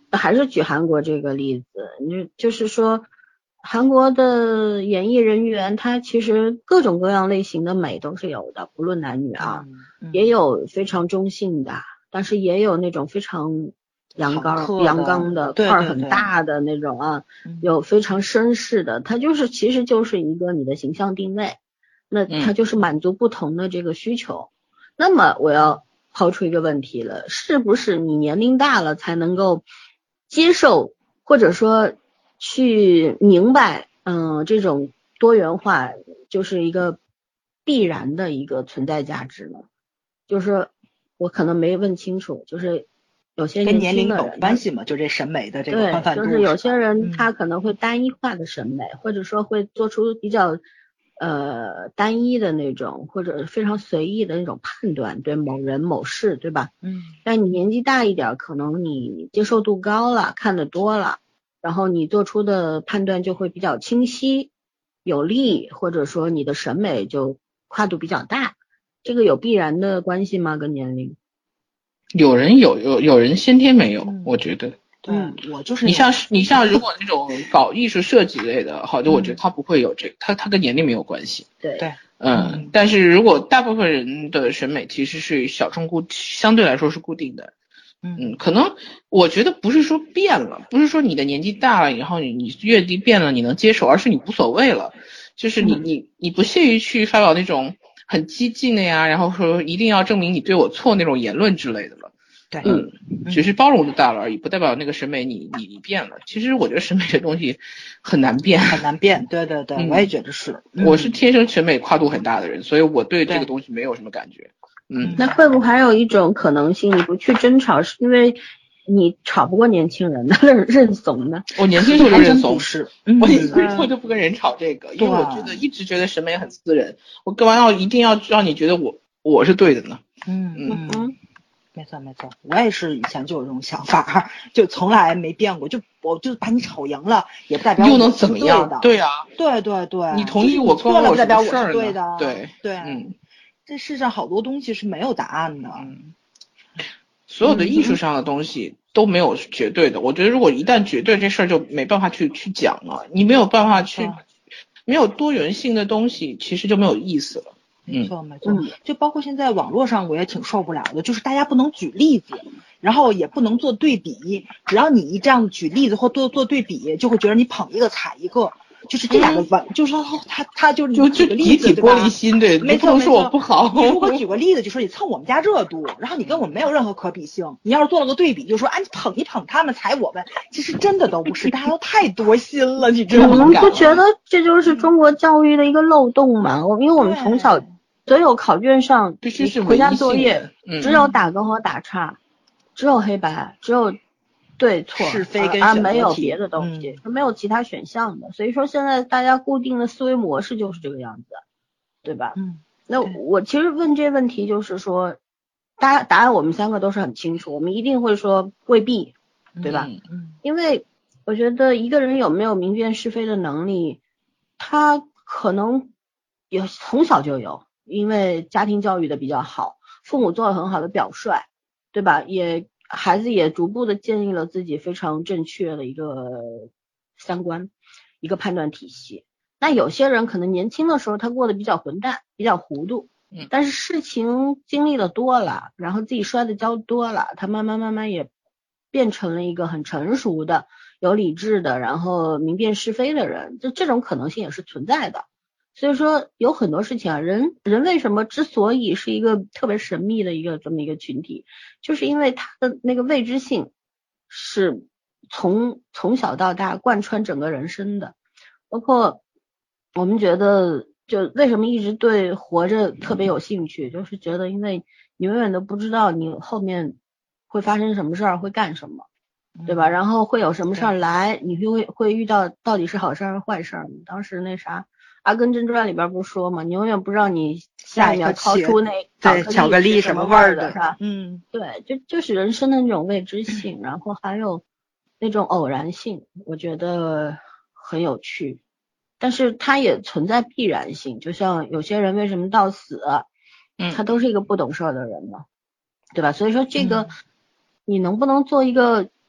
还是举韩国这个例子，就是说韩国的演艺人员他其实各种各样类型的美都是有的，不论男女啊，也有非常中性的，但是也有那种非常阳刚的块儿很大的那种啊，有非常绅士的，它其实就是一个你的形象定位，那它就是满足不同的这个需求。那么我要抛出一个问题了，是不是你年龄大了才能够接受或者说去明白这种多元化就是一个必然的一个存在价值呢？就是我可能没问清楚，就是有些跟年龄有关系嘛，就这审美的这个宽泛度， 就是有些人他可能会单一化的审美，或者说会做出比较单一的那种或者非常随意的那种判断，对某人某事，对吧？但你年纪大一点，可能你接受度高了，看得多了，然后你做出的判断就会比较清晰有力，或者说你的审美就跨度比较大，这个有必然的关系吗？跟年龄？ 有人有人先天没有，我觉得。 我就是你像如果那种搞艺术设计类的，好的，我觉得他不会有这个，他跟年龄没有关系。 对， 但是如果大部分人的审美其实是相对来说是固定的。可能我觉得不是说变了，不是说你的年纪大了，然后你阅历变了你能接受，而是你无所谓了，就是你不屑于去发表那种很激进的呀，然后说一定要证明你对我错那种言论之类的了。 对， 只是包容度大了而已，不代表那个审美你变了。其实我觉得审美这东西很难变， 对，我也觉得是。 我是天生审美跨度很大的人，所以我对这个东西没有什么感觉。 那会不会还有一种可能性，你不去争吵是因为你吵不过年轻人的认怂呢？ 我年轻时候就认怂， 是我年轻时候就不跟人吵这个，因为我一直觉得审美很私人，我干嘛一定要让你觉得我是对的呢？ 没错，我也是以前就有这种想法，就从来没变过，我就把你吵赢了，也不代表又能怎么样？对啊， 对， 你同意我错了，不代表我是对的， 对， 这世上好多东西是没有答案的， 所有的艺术上的东西都没有绝对的，我觉得如果一旦绝对，这事儿就没办法去讲了，你没有办法去，没有多元性的东西，其实就没有意思了。 没错，就包括现在网络上我也挺受不了的，就是大家不能举例子，然后也不能做对比，只要你一这样举例子或做对比，就会觉得你捧一个踩一个，就是这两个就是说他就举个例子， 集体玻璃心，对， 没错， 不能说我不好。 你如果举个例子，就说你蹭我们家热度，然后你跟我们没有任何可比性，你要是做了个对比，就说你捧一捧他们，踩我们，其实真的都不是，大家都太多心了，你知道吗？ 你们不觉得这就是中国教育的一个漏洞吗？因为我们从小所有考卷上必须是回家作业只有打勾和打叉，只有黑白，只有对错是非跟选择题， 没有别的东西，没有其他选项的。所以说现在大家固定的思维模式就是这个样子，对吧？那我其实问这问题就是说，答案我们三个都是很清楚，我们一定会说未必，对吧？因为我觉得一个人有没有明辨是非的能力，他可能有从小就有。因为家庭教育的比较好，父母做了很好的表率，对吧？孩子也逐步的建立了自己非常正确的一个三观，一个判断体系。那有些人可能年轻的时候他过得比较混蛋，比较糊涂，但是事情经历的多了，然后自己摔的跤多了，他慢慢也变成了一个很成熟的、有理智的，然后明辨是非的人，这种可能性也是存在的。所以说有很多事情啊，人为什么之所以是一个特别神秘的这么一个群体，就是因为他的那个未知性是从小到大贯穿整个人生的。包括我们觉得就为什么一直对活着特别有兴趣，就是觉得因为你永远都不知道你后面会发生什么事儿，会干什么，对吧？然后会有什么事儿来，你会遇到到底是好事儿还是坏事儿。当时那啥阿甘正传里边不是说嘛，你永远不知道你下一秒掏出那巧克力什么味儿的， 是吧？对，就是人生的那种未知性，然后还有那种偶然性，我觉得很有趣。但是它也存在必然性，就像有些人为什么到死，他都是一个不懂事儿的人呢，对吧？所以说这个你能不能做一个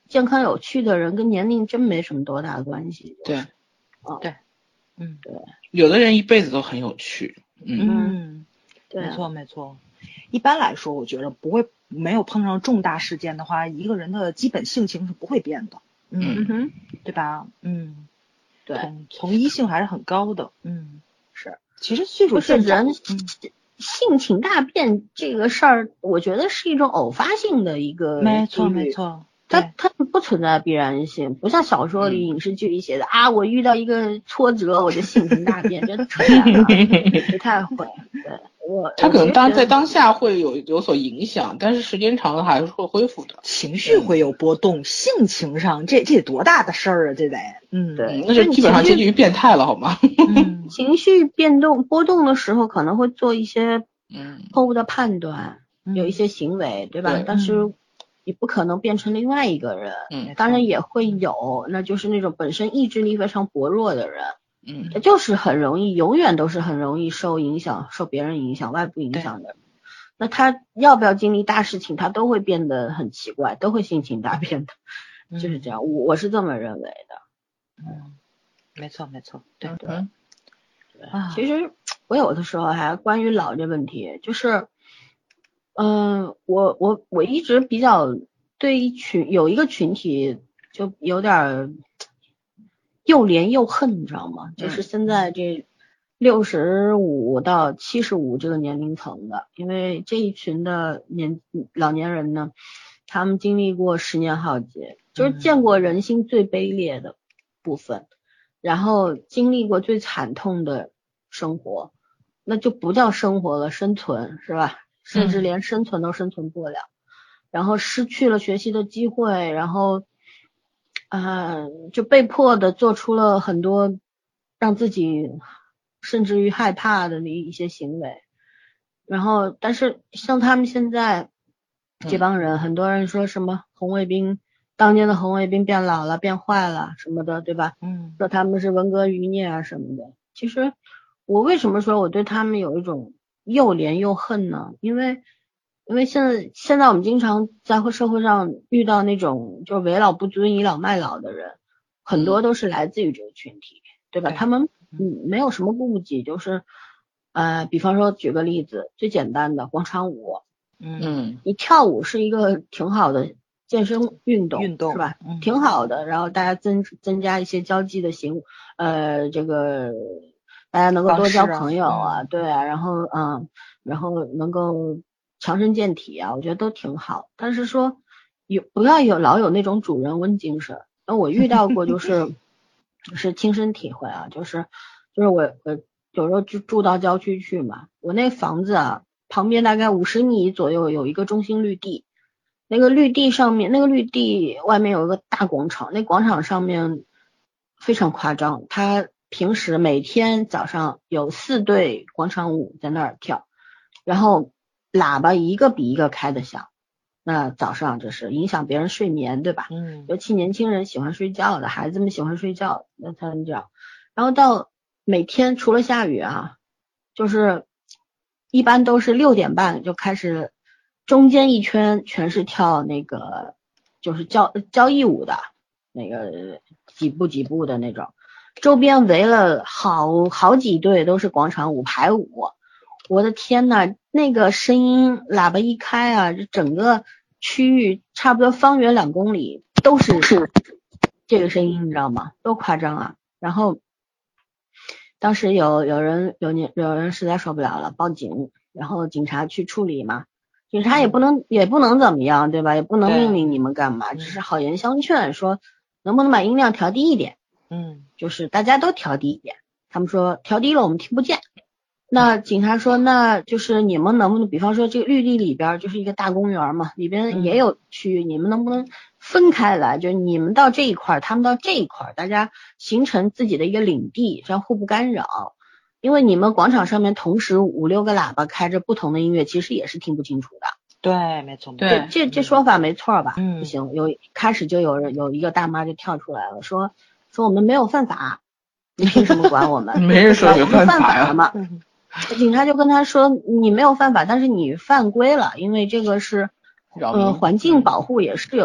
健康有趣的人跟年龄真没什么多大关系。 对， 对， 对， 有的人一辈子都很有趣。 对， 没错没错。一般来说，我觉得没有碰上重大事件的话，一个人的基本性情是不会变的。对吧？ 对， 从一性还是很高的。 是。 其实岁数渐长，性情大变这个事儿，我觉得是一种偶发性的一个。 没错没错。 它不存在必然性，不像小说里、影视剧里写的啊，我遇到一个挫折我就性情大变，这扯淡了，不太会。对， 他可能在当下会有所影响，但是时间长了还是会恢复的。 情绪会有波动，性情上这得多大的事儿啊，这得对， 那就基本上接近于变态了，好吗？ 情绪波动的时候，可能会做一些错误的判断，有一些行为，对吧？但是你不可能变成另外一个人。当然也会有，那就是那种本身意志力非常薄弱的人。他就是很容易，永远都是很容易受别人影响，外部影响的。那他要不要经历大事情，他都会变得很奇怪，都会性情大变的，就是这样。我是这么认为的。 没错没错。对。 其实我有的时候还关于老这问题，就是我一直比较对有一个群体就有点又怜又恨，你知道吗？就是现在这65到75这个年龄层的，因为这一群的老年人呢，他们经历过10年浩劫，就是见过人性最卑劣的部分，然后经历过最惨痛的生活，那就不叫生活了，生存是吧？甚至连生存都生存不了，然后失去了学习的机会，然后就被迫的做出了很多让自己甚至于害怕的一些行为。然后但是像他们现在这帮人，很多人说什么当年的红卫兵变老了变坏了什么的，对吧？说他们是文革余孽啊什么的。其实我为什么说我对他们有一种又怜又恨呢？因为现在我们经常在社会上遇到那种就是为老不尊倚老卖老的人，很多都是来自于这个群体，对吧？他们没有什么顾忌，就是比方说举个例子，最简单的广场舞，你跳舞是一个挺好的健身运动是吧？挺好的，然后大家增加一些交际的这个大家能够多交朋友啊，对啊，然后能够强身健体啊，我觉得都挺好。但是说不要老有那种主人翁精神。那我遇到过是亲身体会啊，就是我有时候就住到郊区去嘛，我那房子啊旁边大概50米左右有一个中心绿地，那个绿地外面有一个大广场，那广场上面非常夸张，它平时每天早上有4队广场舞在那儿跳，然后喇叭一个比一个开得响，那早上就是影响别人睡眠，对吧？尤其年轻人喜欢睡觉的，孩子们喜欢睡觉，那才能这样。然后到每天除了下雨啊，就是一般都是6点半就开始，中间一圈全是跳那个就是交谊舞的，那个几步的那种，周边围了好几队都是广场舞排舞。我的天呐，那个声音喇叭一开啊，这整个区域差不多方圆2公里都是这个声音，你知道吗？多夸张啊！然后当时有人实在受不了了，报警，然后警察去处理嘛。警察也不能怎么样，对吧？也不能命令你们干嘛，只是好言相劝，说能不能把音量调低一点？就是大家都调低一点。他们说调低了我们听不见。那警察说，那就是你们能不能，比方说这个绿地里边就是一个大公园嘛，里边也有区域，你们能不能分开来，就是你们到这一块，他们到这一块，大家形成自己的一个领地，这样互不干扰。因为你们广场上面同时5、6个喇叭开着不同的音乐，其实也是听不清楚的。 对，没错。 对，这说法没错吧？不行，开始就有一个大妈就跳出来了，说我们没有犯法，你凭什么管我们？ 没人说有犯法呀嘛。警察就跟他说，你没有犯法，但是你犯规了，因为这个是环境保护也是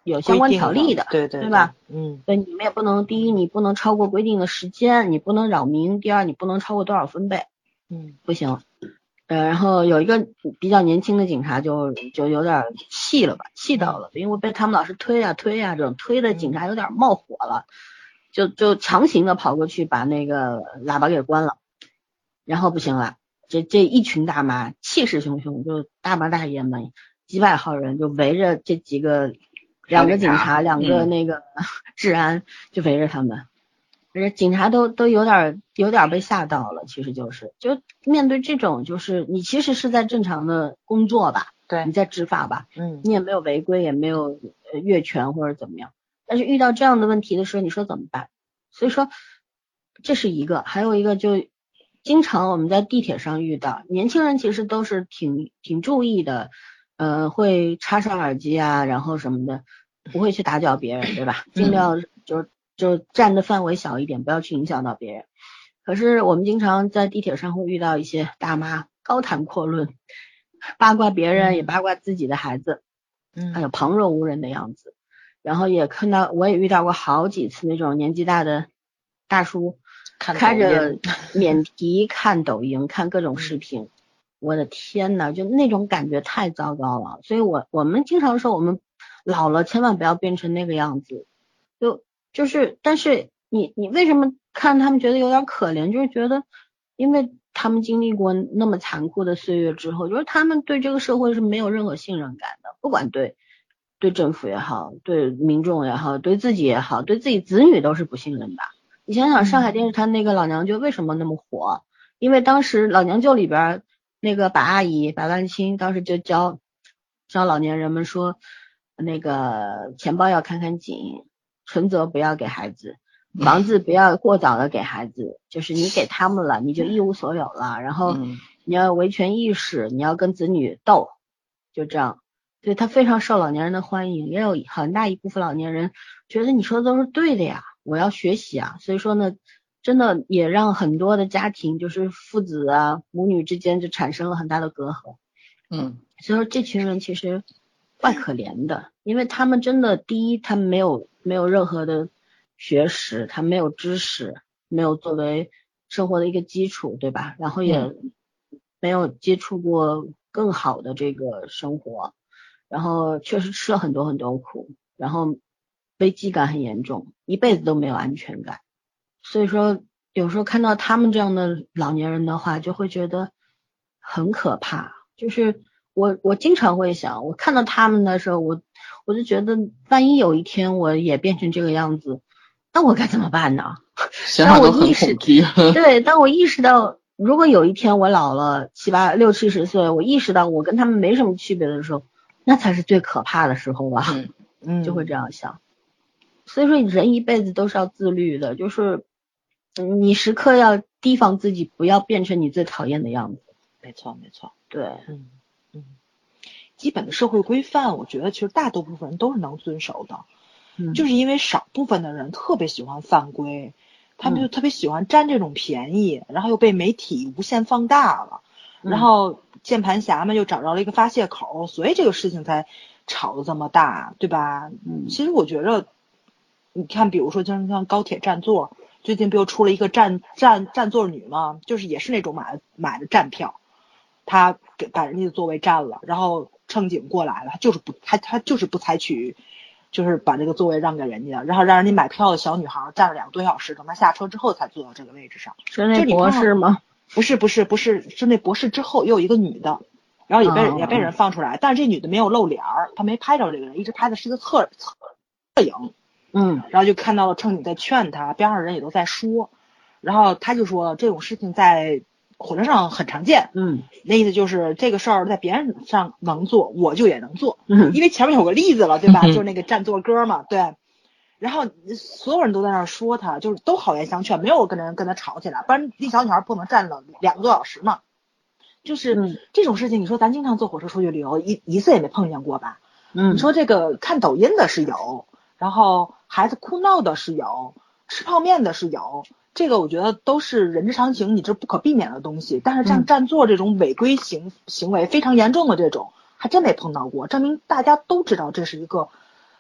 有相关条例的， 对吧？ 对， 你们也不能，第一你不能超过规定的时间，你不能扰民，第二你不能超过多少分贝，不行。然后有一个比较年轻的警察就有点气到了，因为被他们老是推啊，这种推的警察有点冒火了，就强行的跑过去把那个喇叭给关了，然后不行了，这一群大妈气势汹汹，就大妈大爷们几百号人就围着这几个2个警察2个那个治安就围着他们。警察都有点被吓到了，其实就面对这种，就是你其实是在正常的工作吧， 对， 你在执法吧，你也没有违规，也没有越权或者怎么样，但是遇到这样的问题的时候，你说怎么办？所以说这是一个，还有一个就经常我们在地铁上遇到年轻人，其实都是挺注意的，会插上耳机啊，然后什么的，不会去打搅别人，对吧？尽量就占的范围小一点，不要去影响到别人。可是我们经常在地铁上会遇到一些大妈高谈阔论，八卦别人也八卦自己的孩子，还有旁若无人的样子。然后我也遇到过好几次那种年纪大的大叔开着免提看抖音看各种视频，我的天哪，就那种感觉太糟糕了。所以我们经常说我们老了千万不要变成那个样子，就是但是你为什么看他们觉得有点可怜，就是觉得因为他们经历过那么残酷的岁月之后，就是他们对这个社会是没有任何信任感的，不管对政府也好，对民众也好，对自己也好，对自己子女都是不信任的。你想想上海电视台那个老娘舅为什么那么火，因为当时老娘舅里边那个把万青当时就教老年人们说，那个钱包要看看紧，存折不要给孩子，房子不要过早的给孩子，就是你给他们了你就一无所有了，然后你要有维权意识，你要跟子女斗，就这样。所以他非常受老年人的欢迎，也有很大一部分老年人觉得你说的都是对的呀，我要学习啊。所以说呢，真的也让很多的家庭就是父子啊母女之间就产生了很大的隔阂。所以说这群人其实怪可怜的，因为他们真的第一他们没有任何的学识，他没有知识，没有作为生活的一个基础，对吧？然后也没有接触过更好的这个生活，然后确实吃了很多很多苦，然后危机感很严重，一辈子都没有安全感。所以说有时候看到他们这样的老年人的话，就会觉得很可怕。就是我经常会想，我看到他们的时候，我就觉得万一有一天我也变成这个样子，那我该怎么办呢？ 当我意识对，当我意识到如果有一天我老了60、70岁，我意识到我跟他们没什么区别的时候，那才是最可怕的时候吧。就会这样想。所以说人一辈子都是要自律的，就是你时刻要提防自己不要变成你最讨厌的样子。 没错对。 基本的社会规范我觉得其实大多部分人都是能遵守的，就是因为少部分的人特别喜欢犯规，他们就特别喜欢占这种便宜，然后又被媒体无限放大了，然后键盘侠们又找着了一个发泄口，所以这个事情才吵得这么大，对吧？其实我觉得你看比如说像高铁占座，最近不又出了一个占座女吗？就是也是那种买的站票，他把人家的座位占了，然后乘警过来了，他就是不采取，就是把这个座位让给人家，然后让人家买票的小女孩站了2个多小时，等她下车之后才坐到这个位置上。 是那博士吗？ 不是，是那博士之后又有一个女的，然后也被人放出来，但是这女的没有露脸儿，她没拍着这个人，一直拍的是一个侧影。然后就看到了乘警在劝她，边上人也都在说，然后他就说这种事情在火车上很常见，那意思就是这个事儿在别人上能做，我就也能做，因为前面有个例子了，对吧？就是那个占座哥嘛，对。然后所有人都在那说他，就是都好言相劝，没有跟他吵起来，不然那小女孩不能站了2个多小时嘛。就是这种事情，你说咱经常坐火车出去旅游，一次也没碰见过吧？你说这个看抖音的是有，然后孩子哭闹的是有，吃泡面的是有，这个我觉得都是人之常情，你这不可避免的东西。但是像占座这种违规行为非常严重的这种，还真没碰到过，证明大家都知道这是一个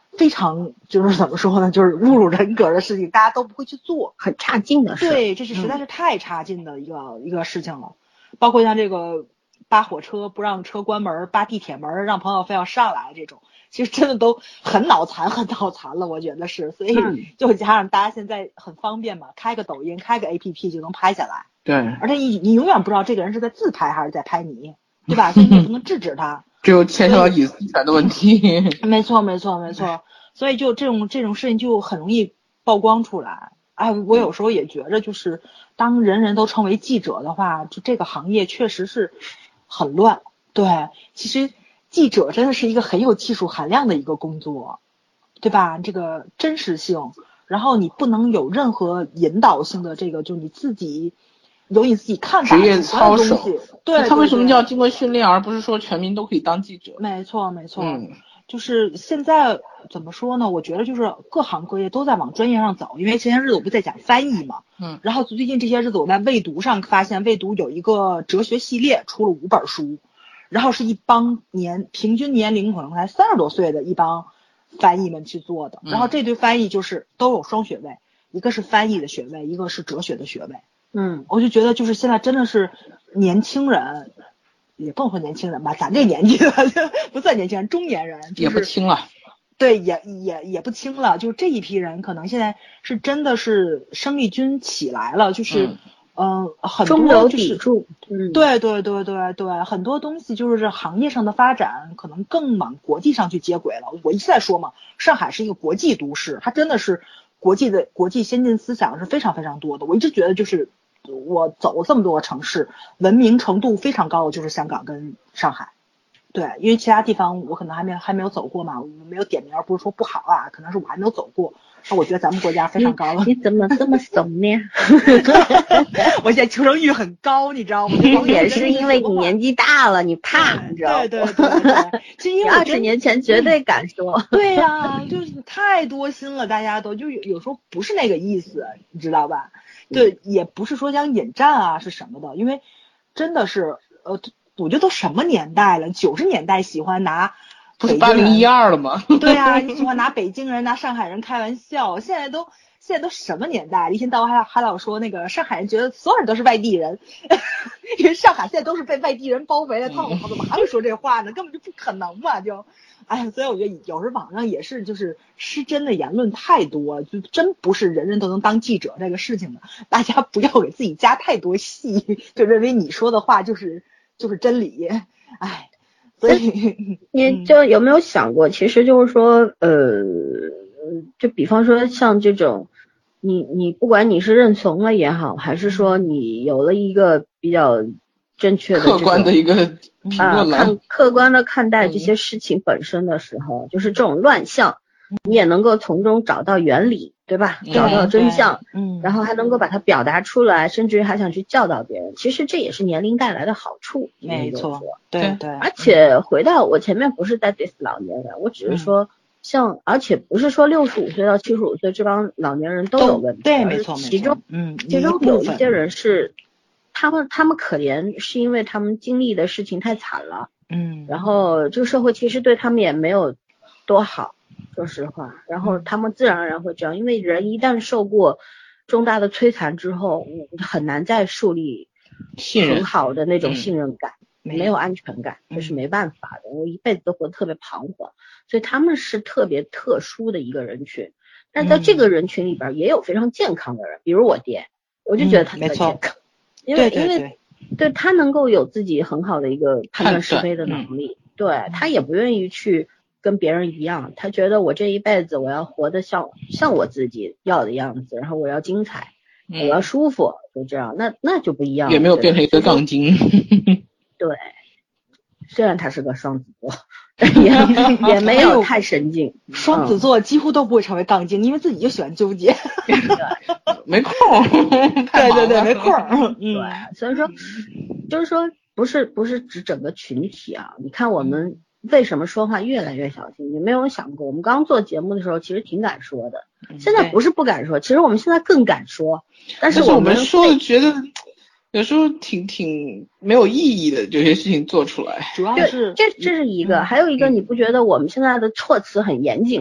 非常就是怎么说呢，就是侮辱人格的事情，大家都不会去做， 很差劲的事。 对，这是实在是太差劲的一个事情了。包括像这个扒火车不让车关门，扒地铁门让朋友非要上来这种，其实真的都很脑残了，我觉得是。所以就加上大家现在很方便嘛，开个抖音，开个 APP 就能拍下来。 对， 而且你永远不知道这个人是在自拍还是在拍你，对吧？所以你也不能制止他。 只有牵扯到隐私权的问题。 没错。所以就这种事情就很容易曝光出来。哎，我有时候也觉着，就是当人人都成为记者的话，就这个行业确实是很乱。对，其实记者真的是一个很有技术含量的一个工作，对吧？这个真实性，然后你不能有任何引导性的这个，就你自己有你自己看法职业操守。 对， 他为什么叫经过训练，而不是说全民都可以当记者？ 没错。就是现在怎么说呢？我觉得就是各行各业都在往专业上走，因为前些日子我不在讲翻译嘛，然后最近这些日子我在未读上发现，未读有一个哲学系列出了5本书，然后是一帮平均年龄可能才30多岁的一帮翻译们去做的，然后这对翻译就是都有双学位，一个是翻译的学位，一个是哲学的学位。我就觉得就是现在真的是年轻人。也不能说年轻人吧，咱这年纪的不算年轻人，中年人、就是、 也不轻了。 对，也不轻了。就这一批人，可能现在是真的是生力军起来了，就是很多中流砥柱。 对，很多东西就是行业上的发展，可能更往国际上去接轨了。我一直在说嘛，上海是一个国际都市，它真的是国际先进思想是非常非常多的。我一直觉得就是。我走了这么多个城市，文明程度非常高的就是香港跟上海。对，因为其他地方我可能还没有走过嘛，我没有点名，不是说不好啊，可能是我还没有走过。那我觉得咱们国家非常高了。 你怎么这么怂呢？ 我现在求生欲很高，你知道吗？ 也是因为你年纪大了，你怕，你知道吗？ 对。其实因为 20年前绝对敢说。 对呀，就是太多心了，大家都就有时候不是那个意思，你知道吧？对，也不是说想引战啊，是什么的？因为真的是，我觉得都什么年代了？90年代喜欢拿不是8012了吗？ 对啊，你喜欢拿北京人、拿上海人开玩笑，现在都什么年代？一天到晚还老说那个上海人觉得所有人都是外地人，因为上海现在都是被外地人包围了，他怎么还会说这话呢？根本就不可能嘛，就。哎呀，所以我觉得有时网上也是就是失真的言论太多，就真不是人人都能当记者这个事情的，大家不要给自己加太多戏，就认为你说的话就是真理。哎，所以你就有没有想过，其实就是说就比方说像这种你不管你是认怂了也好，还是说你有了一个比较正确的客观的一个评论了， 客观的看待这些事情本身的时候，就是这种乱象，你也能够从中找到原理，对吧？找到真相，然后还能够把它表达出来，甚至于还想去教导别人。其实这也是年龄带来的好处， 没错，对。 而且回到我前面不是在 diss 老年人，我只是说而且不是说65岁到75岁这帮老年人都有问题， 对，没错， 其中有一些人是。他们可怜是因为他们经历的事情太惨了，然后这个社会其实对他们也没有多好，说实话，然后他们自然而然会这样，因为人一旦受过重大的摧残之后，很难再树立很好的那种信任感，没有安全感，这是没办法的，我一辈子都活得特别彷徨，所以他们是特别特殊的一个人群，但是在这个人群里边也有非常健康的人，比如我爹，我就觉得他特别健康。因为对他能够有自己很好的一个判断是非的能力，对他也不愿意去跟别人一样，他觉得我这一辈子我要活得像我自己要的样子，然后我要精彩，我要舒服，就这样，那就不一样了， 也没有变成一个杠精。 对，虽然他是个双子座，也没有太神经。 双子座几乎都不会成为杠精，因为自己就喜欢纠结。 没空。 对，没空。 对，所以说就是说不是指整个群体啊。你看我们为什么说话越来越小心？你没有想过，我们刚做节目的时候其实挺敢说的，现在不是不敢说，其实我们现在更敢说。但是我们说的觉得有时候挺没有意义的，这些事情做出来。 主要是这是一个，还有一个，你不觉得我们现在的措辞很严谨吗？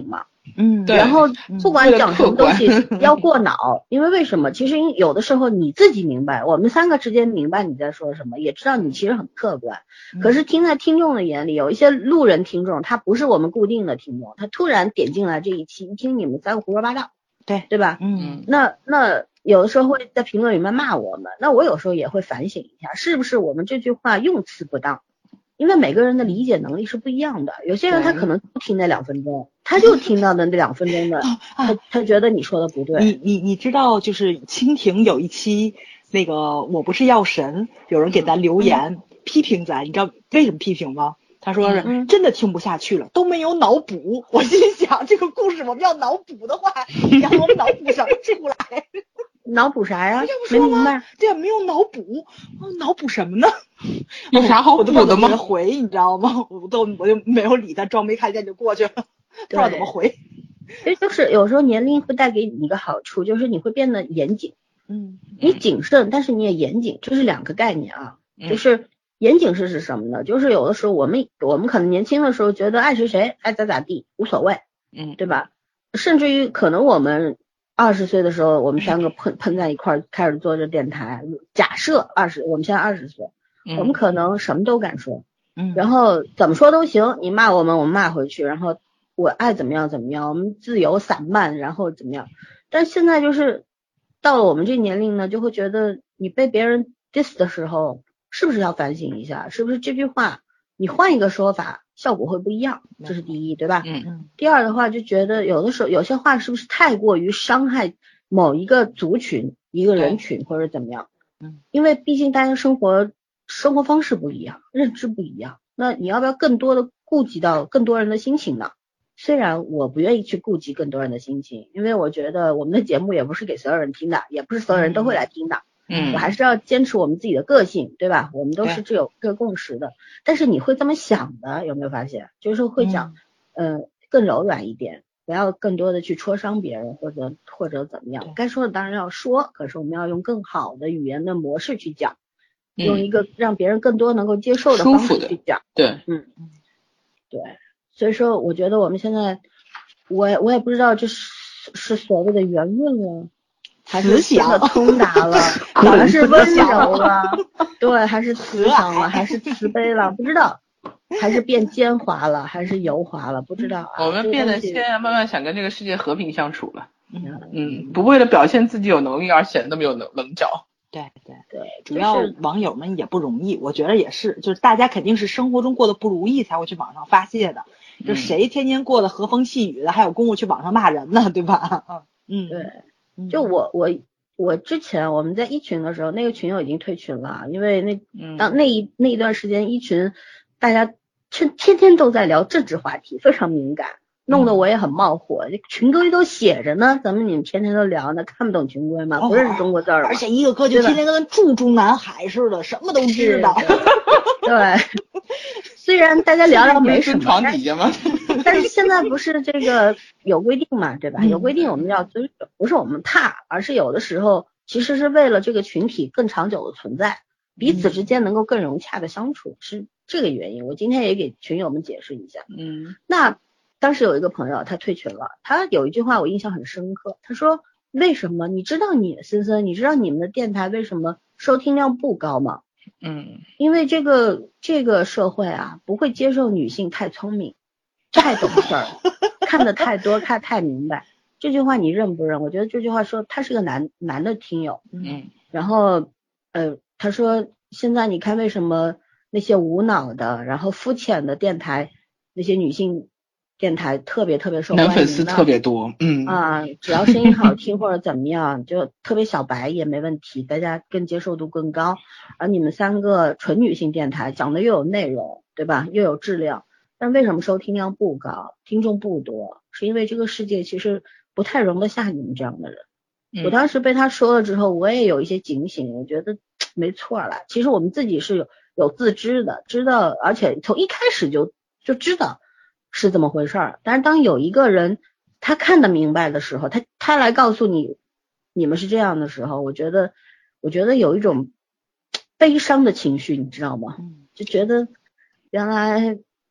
然后不管讲什么东西要过脑，因为什么？其实有的时候你自己明白，我们三个之间明白你在说什么，也知道你其实很客观。可是听在听众的眼里，有一些路人听众，他不是我们固定的听众，他突然点进来这一期，一听你们三个胡说八道，对吧？那有的时候会在评论里面骂我们，那我有时候也会反省一下，是不是我们这句话用词不当？因为每个人的理解能力是不一样的，有些人他可能不听那2分钟，他就听到的那2分钟的，他觉得你说的不对。 你知道，就是蜻蜓有一期那个我不是药神，有人给咱留言批评咱，你知道为什么批评吗？他说是真的听不下去了，都没有脑补。我心想，这个故事我们要脑补的话，你让我们脑补什么出来？ 脑补啥呀？没明白。 对啊，没有脑补，脑补什么呢？ 有啥好补的吗？ 我都不知道怎么回，你知道吗？我就没有理他，装没看见就过去了，不知道怎么回。 所以就是有时候年龄会带给你一个好处，就是你会变得严谨。你谨慎，但是你也严谨，这是2个概念啊。就是严谨是指什么呢？就是有的时候我们可能年轻的时候觉得爱谁谁爱咋地无所谓，对吧？甚至于可能我们20岁的时候，我们3个碰在一块开始做这电台。假设我们现在20岁，我们可能什么都敢说，然后怎么说都行，你骂我们，我们骂回去，然后我爱怎么样怎么样，我们自由散漫，然后怎么样。但现在就是到了我们这年龄呢，就会觉得你被别人 diss 的时候，是不是要反省一下，是不是这句话你换一个说法效果会不一样，这是第一，对吧？第二的话，就觉得有的时候有些话是不是太过于伤害某一个族群、一个人群或者怎么样？因为毕竟大家生活方式不一样，认知不一样，那你要不要更多的顾及到更多人的心情呢？虽然我不愿意去顾及更多人的心情，因为我觉得我们的节目也不是给所有人听的，也不是所有人都会来听的。我还是要坚持我们自己的个性，对吧？我们都是有这个共识的。但是你会这么想的，有没有发现？就是会讲，更柔软一点，不要更多的去戳伤别人，或者怎么样。该说的当然要说，可是我们要用更好的语言的模式去讲，用一个让别人更多能够接受的方式去讲。 对， 对。所以说，我觉得我们现在，我也不知道这是所谓的圆润了。还是真的通达了，还是温柔了，对，还是慈祥了，还是慈悲了，不知道，还是变奸滑了，还是油滑了，不知道啊。 我们变得现在慢慢想跟这个世界和平相处了，不为了表现自己有能力而显得那么有棱角。 对，主要网友们也不容易，我觉得也是，就是大家肯定是生活中过得不如意才会去网上发泄的，就谁天天过得和风细雨的，还有功夫去网上骂人呢，对吧？ 对。就我之前我们在一群的时候，那个群友已经退群了，因为那一段时间一群大家天天都在聊政治话题，非常敏感，弄得我也很冒火。这群规都写着呢，咱们你们天天都聊呢，看不懂群规吗？不认识中国字儿吗？ 而且一个个就天天跟驻中南海似的，什么都知道。对， 虽然大家聊聊没什么， 床底下吗？ 但是现在不是这个有规定嘛，对吧？有规定我们要遵守，不是我们怕，而是有的时候其实是为了这个群体更长久的存在，彼此之间能够更融洽的相处，是这个原因。我今天也给群友们解释一下。那当时有一个朋友他退群了，他有一句话我印象很深刻，他说为什么你知道森森，你知道你们的电台为什么收听量不高吗？因为这个社会啊，不会接受女性太聪明太懂事儿，看得太多看太明白。这句话你认不认？我觉得这句话说他是个男的听友，然后他说现在你看为什么那些无脑的然后肤浅的电台，那些女性电台特别特别受欢迎， 男粉丝特别多， 只要声音好听或者怎么样，就特别小白也没问题，大家更接受度更高。而你们3个纯女性电台讲的又有内容，对吧？又有质量，但为什么收听量不高，听众不多？是因为这个世界其实不太容得下你们这样的人。我当时被他说了之后，我也有一些警醒，我觉得没错了。其实我们自己是有自知的，知道，而且从一开始就知道是这么回事儿。但是当有一个人他看得明白的时候，他来告诉你们是这样的时候，我觉得有一种悲伤的情绪，你知道吗？就觉得原来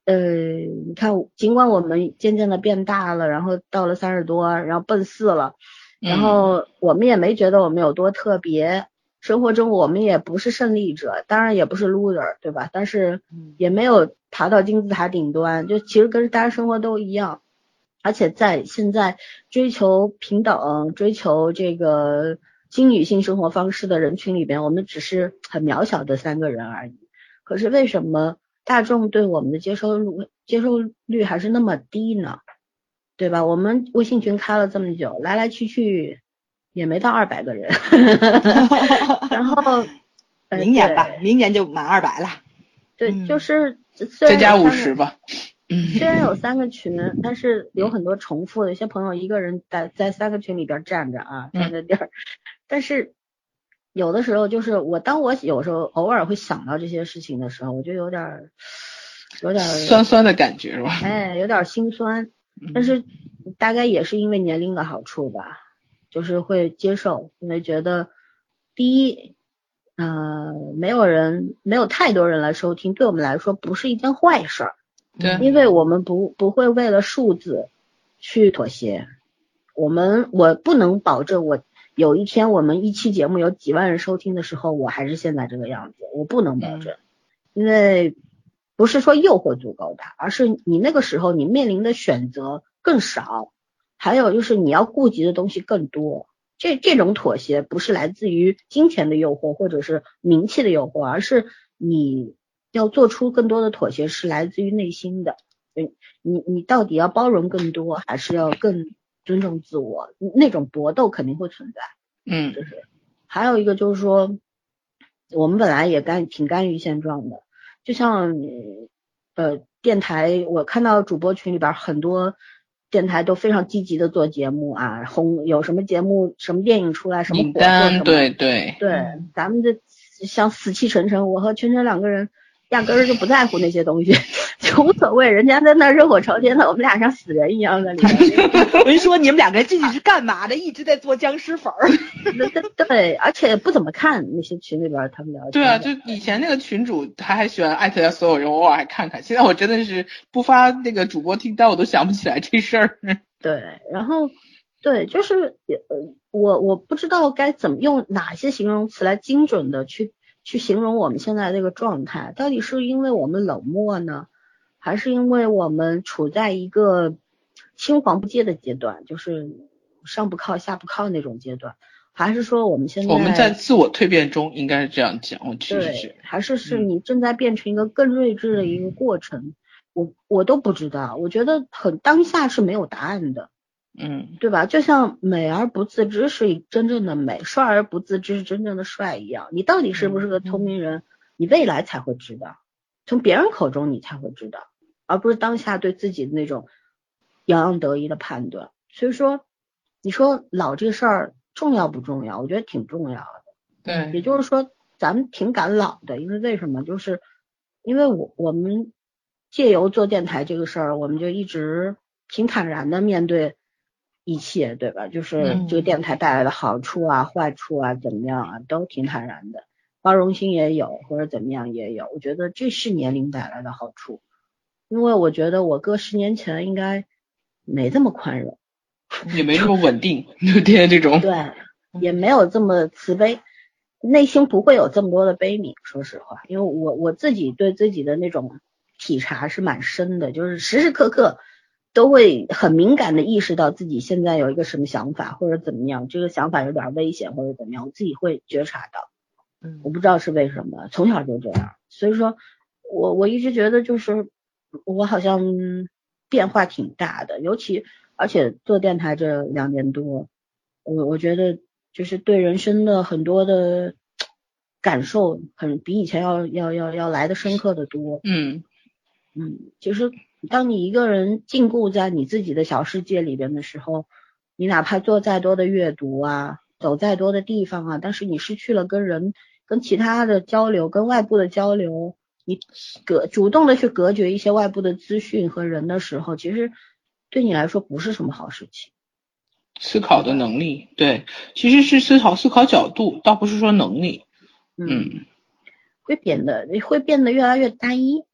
你看，尽管我们渐渐的变大了，然后到了30多，然后奔4了，然后我们也没觉得我们有多特别，生活中我们也不是胜利者，当然也不是 loser， 对吧？但是也没有爬到金字塔顶端，就其实跟大家生活都一样。而且在现在追求平等、追求这个新女性生活方式的人群里边，我们只是很渺小的3个人而已。可是为什么大众对我们的接受率还是那么低呢？对吧？我们微信群开了这么久，来来去去也没到200个人。然后明年吧，明年就满200了。 对，就是再加50吧。 虽然有3个群，但是有很多重复的，有些朋友一个人在3个群里边站着啊，占着地儿。但是有的时候就是当我有时候偶尔会想到这些事情的时候，我就有点酸酸的感觉是吧？ 有点心酸。但是大概也是因为年龄的好处吧，就是会接受，因为觉得第一没有太多人来收听，对我们来说不是一件坏事儿。 对， 因为我们不会为了数字去妥协，我不能保证我有一天我们一期节目有几万人收听的时候，我还是现在这个样子，我不能保证，因为不是说诱惑足够大，而是你那个时候你面临的选择更少，还有就是你要顾及的东西更多。这种妥协不是来自于金钱的诱惑或者是名气的诱惑，而是你要做出更多的妥协是来自于内心的，你到底要包容更多，还是要更尊重自我？那种搏斗肯定会存在。就是还有一个就是说，我们本来也挺甘于现状的，就像电台，我看到主播群里边很多电台都非常积极的做节目啊，有什么节目什么电影出来什么火什么，对，咱们这像死气沉沉，我和圈圈2个人压根儿就不在乎那些东西，就无所谓，人家在那热火朝天的，我们俩像死人一样的里面。 我跟你说，你们2个人进去是干嘛的？一直在做僵尸粉儿。 对，而且不怎么看那些群里边他们聊天。 对啊，就以前那个群主他还喜欢艾特下所有人，我偶尔还看看。现在我真的是不发那个主播听单我都想不起来这事儿。 对，然后对，就是我不知道该怎么用哪些形容词来精准的去形容我们现在这个状态，到底是因为我们冷漠呢，还是因为我们处在一个青黄不接的阶段，就是上不靠下不靠那种阶段，还是说我们现在我们在自我蜕变中，应该是这样讲。 对，还是你正在变成一个更睿智的一个过程，我都不知道，我觉得当下是没有答案的。对吧？就像美而不自知是真正的美，帅而不自知是真正的帅一样。你到底是不是个聪明人，你未来才会知道，从别人口中你才会知道，而不是当下对自己的那种洋洋得意的判断。所以说，你说老这个事儿重要不重要？我觉得挺重要的。 对， 也就是说，咱们挺敢老的，因为为什么？就是因为我们借由做电台这个事儿，我们就一直挺坦然的面对一切，对吧？就是这个电台带来的好处啊、坏处啊、怎么样啊，都挺坦然的，包容心也有，或者怎么样也有。我觉得这是年龄带来的好处，因为我觉得我哥10年前应该没这么宽容， 也没这么稳定，就天天这种， 对，也没有这么慈悲，内心不会有这么多的悲悯。说实话，因为我自己对自己的那种体察是蛮深的，就是时时刻刻都会很敏感的意识到自己现在有一个什么想法或者怎么样，这个想法有点危险或者怎么样，我自己会觉察到。我不知道是为什么，从小就这样。所以说我一直觉得就是我好像变化挺大的，而且做电台这2年多，我觉得就是对人生的很多的感受比以前要来的深刻的多。其实当你一个人禁锢在你自己的小世界里边的时候，你哪怕做再多的阅读啊，走再多的地方啊，但是你失去了跟其他的交流，跟外部的交流，你主动的去隔绝一些外部的资讯和人的时候，其实对你来说不是什么好事情。 思考的能力，对，其实是思考角度，倒不是说能力。 会变得越来越单一。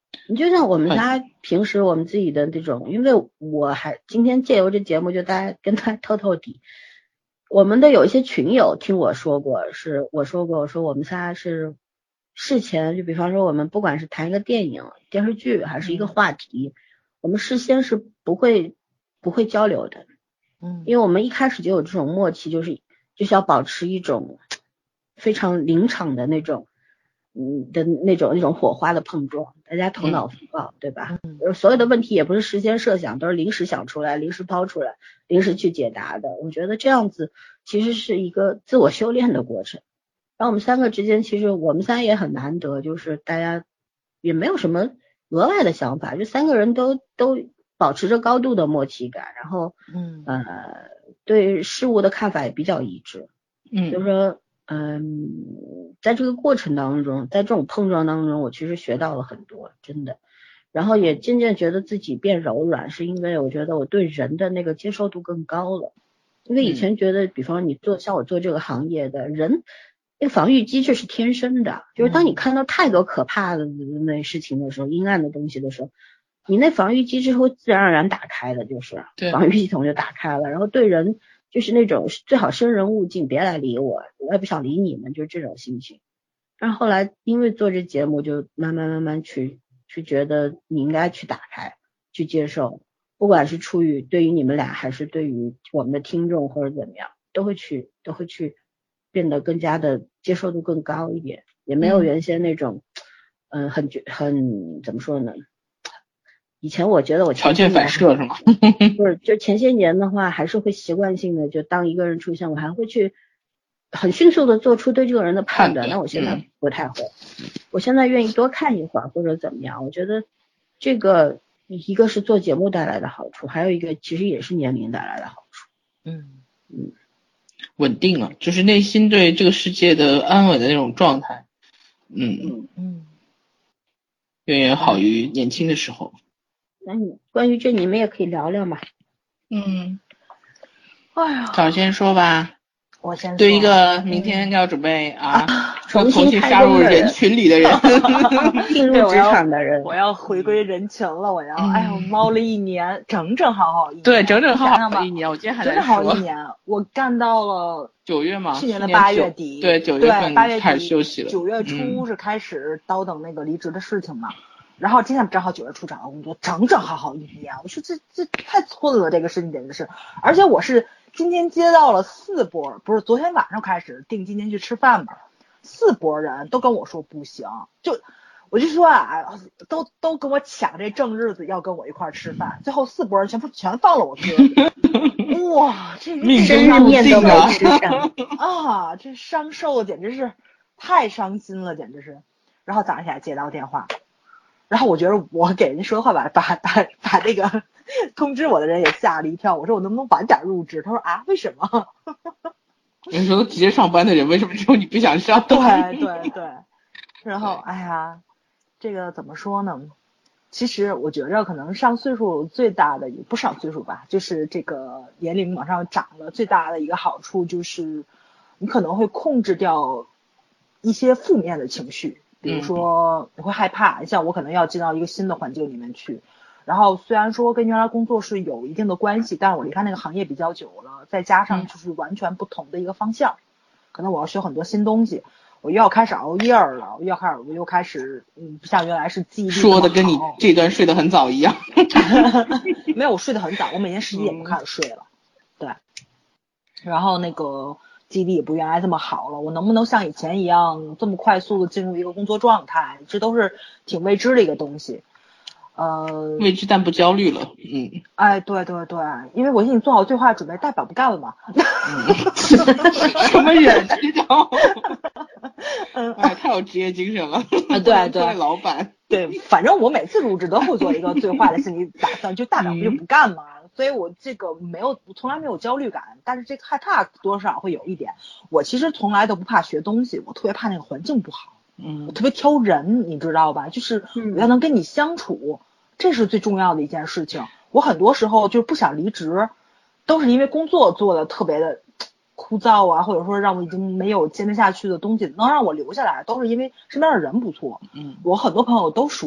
你就像我们仨平时我们自己的这种，因为我还今天借由这节目就跟大家透透底，我们的有一些群友听我说过，我说我们仨是事前就比方说我们不管是谈一个电影电视剧还是一个话题，我们事先是不会交流的，因为我们一开始就有这种默契，就是要保持一种非常临场的那种那种火花的碰撞，大家头脑风暴，对吧？所有的问题也不是事先设想，都是临时想出来，临时抛出来，临时去解答的。我觉得这样子其实是一个自我修炼的过程。然后我们三个之间，其实我们仨也很难得，就是大家也没有什么额外的想法，就三个人都保持着高度的默契感，然后对事物的看法也比较一致。就是说在这个过程当中，在这种碰撞当中，我其实学到了很多，真的。然后也渐渐觉得自己变柔软，是因为我觉得我对人的那个接受度更高了。因为以前觉得，比方像我做这个行业的人，那个防御机制是天生的，就是当你看到太多可怕的那事情的时候，阴暗的东西的时候，你那防御机制会自然而然打开的，就是防御系统就打开了，然后对人就是那种最好生人勿近，别来理我，我也不想理你们，就是这种心情。然后后来因为做这节目，就慢慢去觉得你应该去打开，去接受，不管是出于对于你们俩，还是对于我们的听众或者怎么样，都会去变得更加的接受度更高一点，也没有原先那种很怎么说呢？以前我觉得我条件反射是吗？ 不是，就前些年的话，还是会习惯性的，就当一个人出现，我还会去很迅速的做出对这个人的判断。那我现在不太会，我现在愿意多看一会儿或者怎么样。我觉得这个一个是做节目带来的好处，还有一个其实也是年龄带来的好处。 稳定了，就是内心对这个世界的安稳的那种状态。远远好于年轻的时候。 那关于这你们也可以聊聊嘛。 哎呀， 早先说吧。 我先说。 对一个明天要准备重新加入人群里的人， 进入职场的人， 我要回归人群了。我要，哎呀，我猫了1年，整整好好1年。 对，整整好好1年。我今天还在说， 整整好1年，我干到了 9月嘛， 去年的8月底。 对，9月份开始休息了。 9月初是开始叨等那个离职的事情嘛。然后今天正好9月初找到工作，整整好1年。我说这太寸了，这个事情简直是。而且我是今天接到了4波，不是昨天晚上开始定今天去吃饭嘛，4波人都跟我说不行，我就说都跟我抢这正日子要跟我一块吃饭，最后4波人全放了我鸽子。哇，这生日面都没吃上啊，这伤受简直是太伤心了，简直是。然后早上起来接到电话。然后我觉得我给人说话把那个通知我的人也吓了一跳。我说我能不能晚点入职？他说为什么？ 有时候直接上班的人为什么只有你不想上？ 对。然后哎呀，这个怎么说呢？其实我觉着可能上岁数最大的也不上岁数吧，就是这个年龄往上涨了，最大的一个好处就是你可能会控制掉一些负面的情绪。比如说你会害怕，像我可能要进到一个新的环境里面去，然后虽然说跟原来工作是有一定的关系，但是我离开那个行业比较久了，再加上就是完全不同的一个方向，可能我要学很多新东西，我又要开始熬夜了，我又开始不像原来是记忆力说的跟你这段睡得很早一样。 没有，我睡得很早，我每天11点就开始睡了。对，然后那个记忆力也不原来这么好了，我能不能像以前一样这么快速的进入一个工作状态，这都是挺未知的一个东西。 未知但不焦虑了。 哎，对，因为我已经做好最坏准备，代表不干了嘛。 什么人这种？太有职业精神了。对，老板。 对，反正我每次入职都会做一个最坏的心理打算，就大不了就不干嘛。所以我这个从来没有焦虑感，但是这个害怕多少会有一点。我其实从来都不怕学东西，我特别怕那个环境不好。我特别挑人，你知道吧？就是我要能跟你相处，这是最重要的一件事情。我很多时候就不想离职，都是因为工作做的特别的枯燥啊，或者说让我已经没有坚持下去的东西，能让我留下来，都是因为身边的人不错。我很多朋友都说，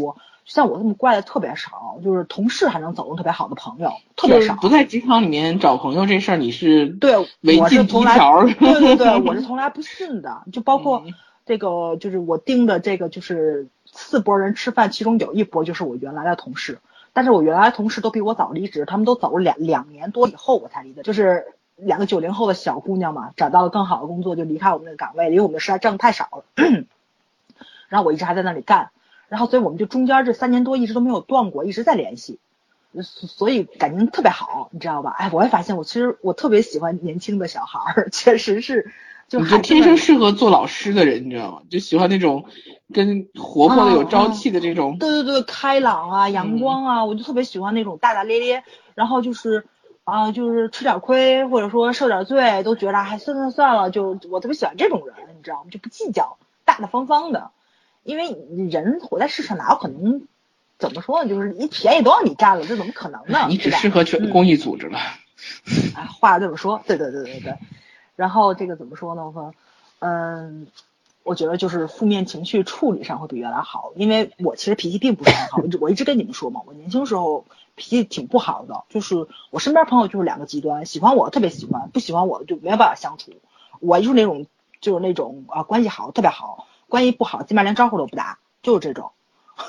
像我这么乖的特别少，就是同事还能走成特别好的朋友特别少。 不在职场里面找朋友这事儿，你是对， 违禁第一条。 对，我是从来不信的。就包括这个，就是我盯的这个，就是4拨人吃饭，其中有一拨就是我原来的同事，但是我原来的同事都比我早离职，他们都走了2年多以后我才离的，就是2个90后的小姑娘嘛，找到了更好的工作就离开我们那个岗位，因为我们实在挣太少了。然后我一直还在那里干，然后所以我们就中间这3年多一直都没有断过，一直在联系，所以感情特别好，你知道吧？我也发现其实我特别喜欢年轻的小孩，确实是。 你就天生适合做老师的人，你知道吗？就喜欢那种跟活泼的有朝气的这种。 对，开朗啊，阳光啊，我就特别喜欢那种大大咧咧，然后就是就是吃点亏或者说受点罪都觉得还算了，就我特别喜欢这种人，你知道吗？就不计较，大大方方的。因为人活在世上哪有可能怎么说呢？就是一便宜都让你占了，这怎么可能呢？ 你只适合全公益组织了。 话这么说，对。然后这个怎么说呢？我觉得就是负面情绪处理上会比原来好，因为我其实脾气并不是很好，我一直跟你们说嘛，我年轻时候脾气挺不好的，就是我身边朋友就是2个极端，喜欢我特别喜欢，不喜欢我就没有办法相处。我就是那种关系好特别好，关系不好基本上连招呼都不打，就是这种。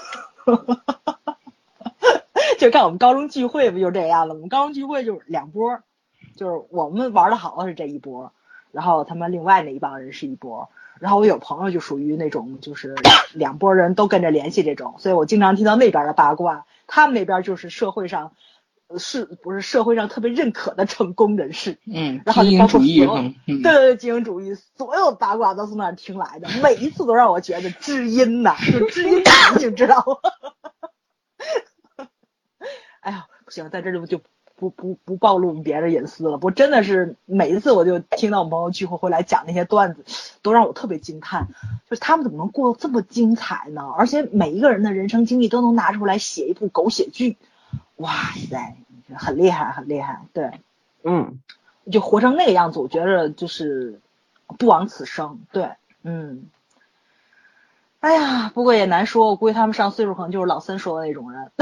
就看我们高中聚会不就这样了？我们高中聚会就是2波，就是我们玩的好的是这一波，然后他们另外那一帮人是一波，然后我有朋友就属于那种就是2拨人都跟着联系这种，所以我经常听到那边的八卦，他们那边就是社会上不是社会上特别认可的成功人士，然后就包括精英主义， 对，精英主义，所有八卦都从那儿听来的，每一次都让我觉得知音呐，就知音你知道吗？哎呀，不行，在这就不暴露别人隐私了。我真的是每一次我就听到我朋友聚会回来讲那些段子，都让我特别惊叹，就是他们怎么能过得这么精彩呢？而且每一个人的人生经历都能拿出来写一部狗血剧，哇塞，很厉害，很厉害。对，就活成那个样子，我觉得就是不枉此生。对，哎呀，不过也难说，我估计他们上岁数可能就是老森说的那种人。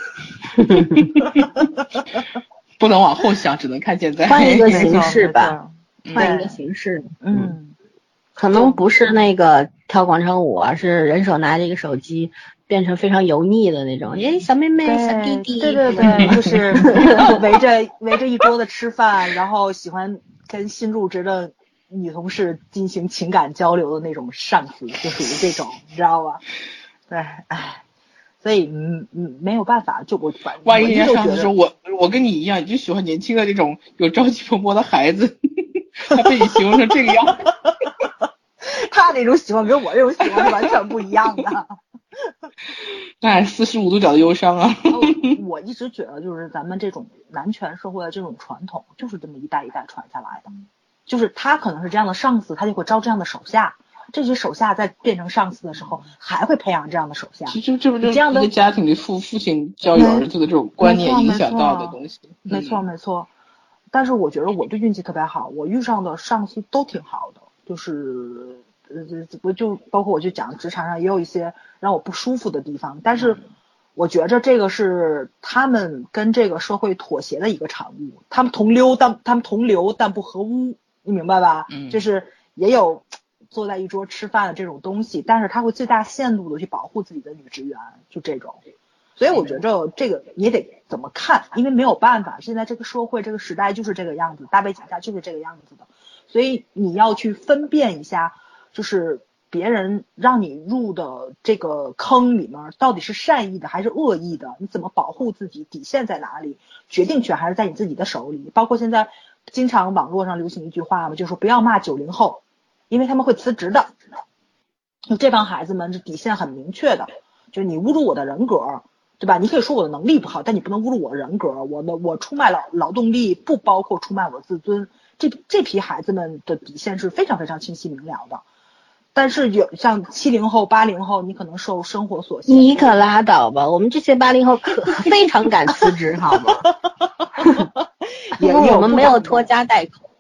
不能往后想，只能看现在。 换一个形式吧，换一个形式。可能不是那个跳广场舞啊，是人手拿着一个手机，变成非常油腻的那种。小妹妹、小弟弟。对， 就是围着一桌子吃饭，然后喜欢跟新入职的女同事进行情感交流的那种上司，就属于这种，你知道吧？对，哎。所以没有办法，就万一人家上次说我跟你一样，你就喜欢年轻的这种有朝气蓬勃的孩子，他被你形容成这个样子。 他那种喜欢跟我这种喜欢是完全不一样的。 那45度角的忧伤啊！ 我一直觉得就是咱们这种男权社会的这种传统，就是这么一代一代传下来的。就是他可能是这样的上司，他就会招这样的手下。这些手下在变成上司的时候，还会培养这样的手下。 其实这不就是一个家庭里父亲教育儿子的这种观念影响到的东西。 没错。但是我觉得我对运气特别好，我遇上的上司都挺好的，就是就包括我就讲职场上也有一些让我不舒服的地方，但是我觉着这个是他们跟这个社会妥协的一个产物。他们同流但不合污，你明白吧？就是也有坐在一桌吃饭的这种东西，但是他会最大限度的去保护自己的女职员，就这种。所以我觉着这个也得怎么看，因为没有办法，现在这个社会这个时代就是这个样子，大背景下就是这个样子的，所以你要去分辨一下，就是别人让你入的这个坑里面到底是善意的还是恶意的，你怎么保护自己，底线在哪里，决定权还是在你自己的手里。包括现在经常网络上流行一句话嘛，就是说不要骂90后，因为他们会辞职的。这帮孩子们是底线很明确的，就是你侮辱我的人格，对吧？你可以说我的能力不好，但你不能侮辱我的人格。我出卖劳动力不包括出卖我的自尊。这批孩子们的底线是非常非常清晰明了的。但是有像70后、80后，你可能受生活所限。 你可拉倒吧，我们这些80后可非常敢辞职，好吗？因为我们没有拖家带口。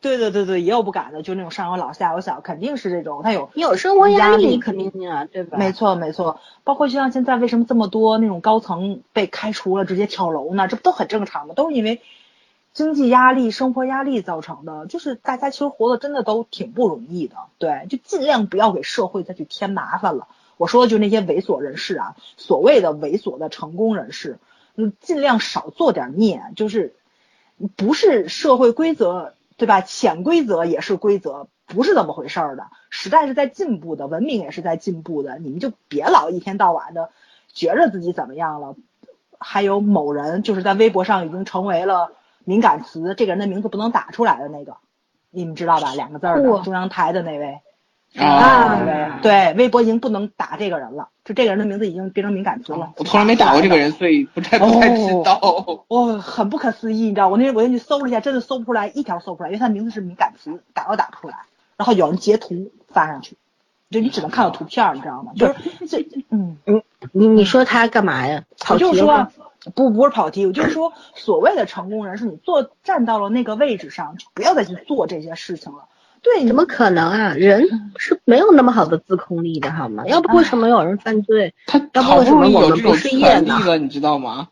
对，也有不敢的，就那种上有老下有小，肯定是这种，他有你有生活压力，你肯定啊，对吧？ 没错，包括就像现在为什么这么多那种高层被开除了直接跳楼呢？这不都很正常吗？都是因为经济压力、生活压力造成的，就是大家其实活得真的都挺不容易的，对，就尽量不要给社会再去添麻烦了。我说的就是那些猥琐人士啊，所谓的猥琐的成功人士，尽量少做点孽，就是不是社会规则，对吧？潜规则也是规则，不是这么回事的。时代是在进步的，文明也是在进步的，你们就别老一天到晚的觉着自己怎么样了。还有某人就是在微博上已经成为了敏感词，这个人的名字不能打出来的那个，你们知道吧？2个字的，中央台的那位。对，微博已经不能打这个人了，就这个人的名字已经变成敏感词了。 我从来没打过这个人，所以不太知道。 很不可思议，你知道，我那天去搜了一下，真的搜不出来，一条搜不出来，因为他的名字是敏感词，打都打不出来。然后有人截图发上去，就你只能看到图片，你知道吗？就是你说他干嘛呀？ 我就说不是跑题，我就是说所谓的成功人士，你站到了那个位置上，就不要再去做这些事情了。对， 怎么可能啊？人是没有那么好的自控力的，好吗？要不为什么有人犯罪？ 他好不容易有这种权利了，你知道吗？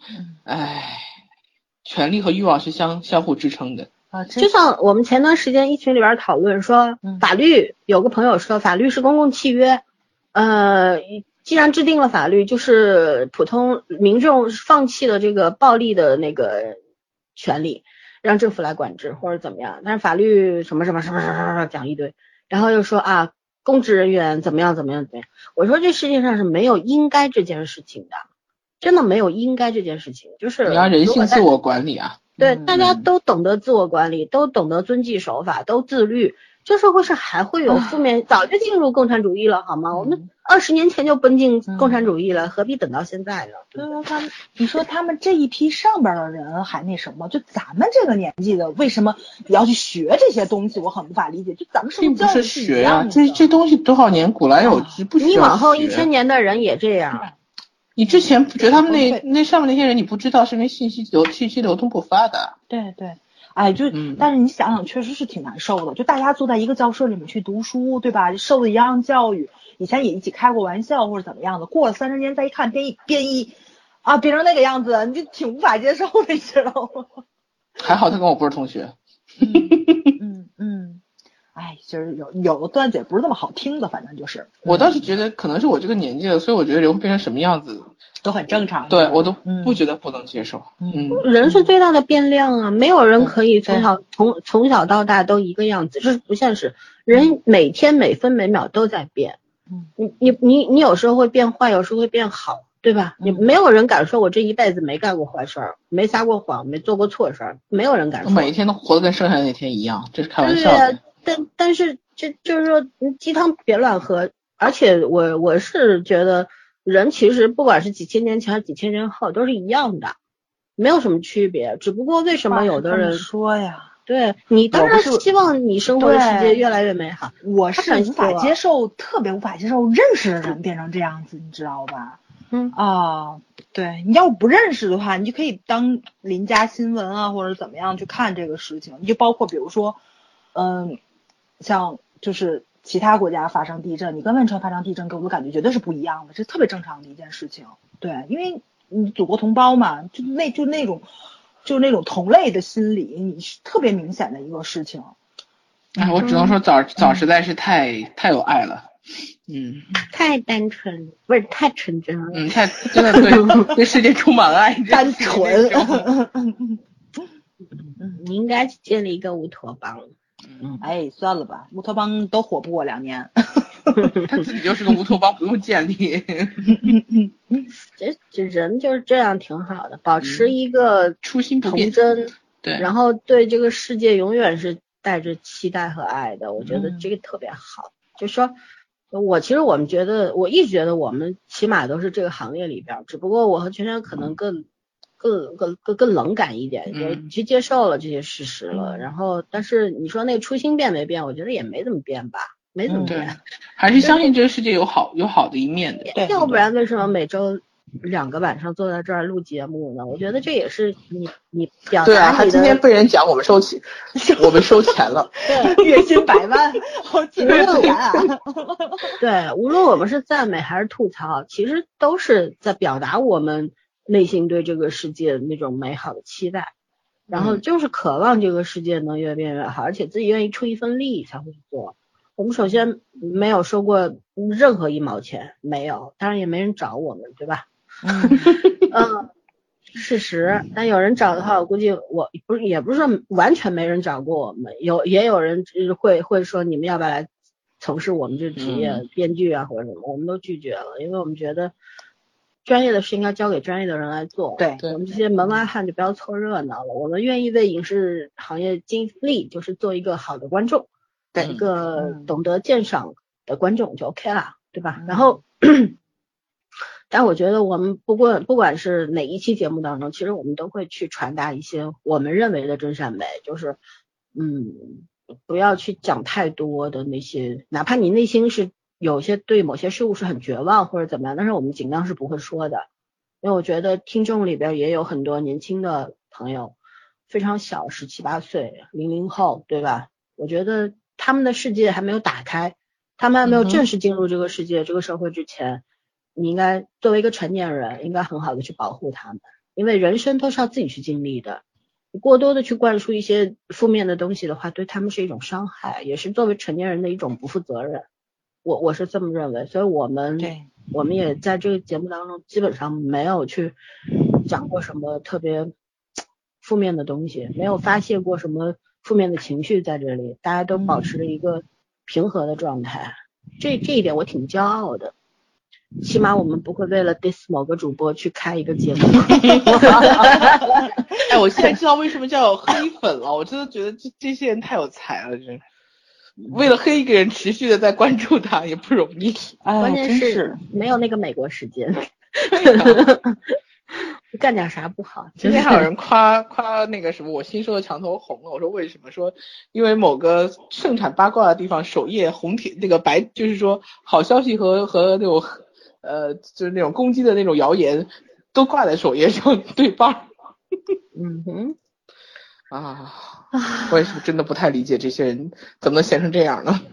权利和欲望是相互支撑的。 就像我们前段时间一群里边讨论说，法律有个朋友说，法律是公共契约，既然制定了法律，就是普通民众放弃了这个暴力的那个权利。让政府来管制或者怎么样，但是法律什么讲一堆，然后又说啊，公职人员怎么样。我说这世界上是没有应该这件事情的，真的没有应该这件事情，就是你要人性自我管理啊。 对，大家都懂得自我管理，都懂得遵纪守法，都自律，这社会上还会有负面，早就进入共产主义了好吗？我们20年前就奔进共产主义了，何必等到现在呢？ 你说他们这一批上边的人还那什么，就咱们这个年纪的，为什么也要去学这些东西？我很无法理解。就咱们是并不是学啊，这东西多少年古来有之，不需要学。 你往后1000年的人也这样。 你之前不觉得他们那上面那些人你不知道，是因为信息流通不发达。 对，但是你想想，确实是挺难受的。就大家坐在一个教室里面去读书，对吧？受的一样教育，以前也一起开过玩笑或者怎么样的。过了30年再一看，变成那个样子，你就挺无法接受的，你知道吗？ 还好他跟我不是同学。 其实有的段子也不是那么好听的，反正就是。 我倒是觉得可能是我这个年纪了，所以我觉得人会变成什么样子都很正常。 对，我都不觉得不能接受。 人是最大的变量啊，没有人可以从小到大都一个样子，这是不现实。人每天每分每秒都在变。你有时候会变坏，有时候会变好，对吧？你没有人敢说我这一辈子没干过坏事儿，没撒过谎，没做过错事儿，没有人敢说。 每一天都活得跟生下来那天一样，这是开玩笑的。 但是就是说鸡汤别乱喝，而且我是觉得人其实不管是几千年前还是几千年后都是一样的，没有什么区别，只不过为什么有的人说呀， 对你当然希望你生活的世界越来越美好。 我是无法接受，特别无法接受认识的人变成这样子，你知道吧？对，你要不认识的话，你就可以当邻家新闻啊或者怎么样去看这个事情，你就包括比如说像就是其他国家发生地震，你跟汶川发生地震给我的感觉绝对是不一样的，这是特别正常的一件事情。对，因为你祖国同胞嘛，就那种同类的心理，你是特别明显的一个事情。 我只能说早实在是太有爱了。 太单纯，不是太纯真了。 太真的对世界充满了爱， 单纯。 你应该建立一个乌托邦。 算了吧，乌托邦都活不过2年。 他自己就是个乌托邦，不用建立。 这人就是这样挺好的，保持一个初心不变， 童真， 对， 然后对这个世界永远是带着期待和爱的，我觉得这个特别好。就是说我一直觉得我们起码都是这个行业里边，只不过我和全全可能更冷感一点，就去接受了这些事实了。然后但是你说那个初心变没变，我觉得也没怎么变吧，没怎么变。 还是相信这个世界有好的一面的。 要不然为什么每周 2个晚上坐在这儿录节目呢？我觉得这也是你表达对啊，他今天被人讲我们收钱了， 对， 月薪100万，好几个钱啊！ 对，无论我们是赞美还是吐槽，其实都是在表达我们内心对这个世界那种美好的期待，然后就是渴望这个世界能越变越好，而且自己愿意出一份力才会做。我们首先没有收过任何1毛钱，没有，当然也没人找我们，对吧？事实，但有人找的话，我估计也不是说完全没人找过我们，也有人会说你们要不要来从事我们这职业，编剧啊或者什么，我们都拒绝了，因为我们觉得专业的事应该交给专业的人来做， 对， 我们这些门外汉就不要凑热闹了，我们愿意为影视行业尽力，就是做一个好的观众，对，一个懂得鉴赏的观众就 OK 了，对吧？然后但我觉得我们不管是哪一期节目当中，其实我们都会去传达一些我们认为的真善美，就是不要去讲太多的那些，哪怕你内心是有些对某些事物是很绝望或者怎么样，但是我们尽量是不会说的，因为我觉得听众里边也有很多年轻的朋友，非常小，17、18岁，00后，对吧？我觉得他们的世界还没有打开，他们还没有正式进入这个世界、这个社会之前，你应该作为一个成年人，应该很好的去保护他们，因为人生都是要自己去经历的。你过多的去灌输一些负面的东西的话，对他们是一种伤害，也是作为成年人的一种不负责任。我是这么认为，所以我们也在这个节目当中基本上没有去讲过什么特别负面的东西，没有发泄过什么负面的情绪在这里，大家都保持了一个平和的状态，这一点我挺骄傲的。起码我们不会为了 diss 某个主播去开一个节目。 哎，我现在知道为什么叫黑粉了，我真的觉得这些人太有才了，真是。为了黑一个人持续的在关注他也不容易， 关键是没有那个美国时间。干点啥不好？ 今天还有人夸那个什么我新收的墙头红了，我说为什么？说因为某个盛产八卦的地方首页红帖那个白，就是说好消息和那种就是那种攻击的那种谣言都挂在首页上对半。我也是真的不太理解这些人怎么能闲成这样呢？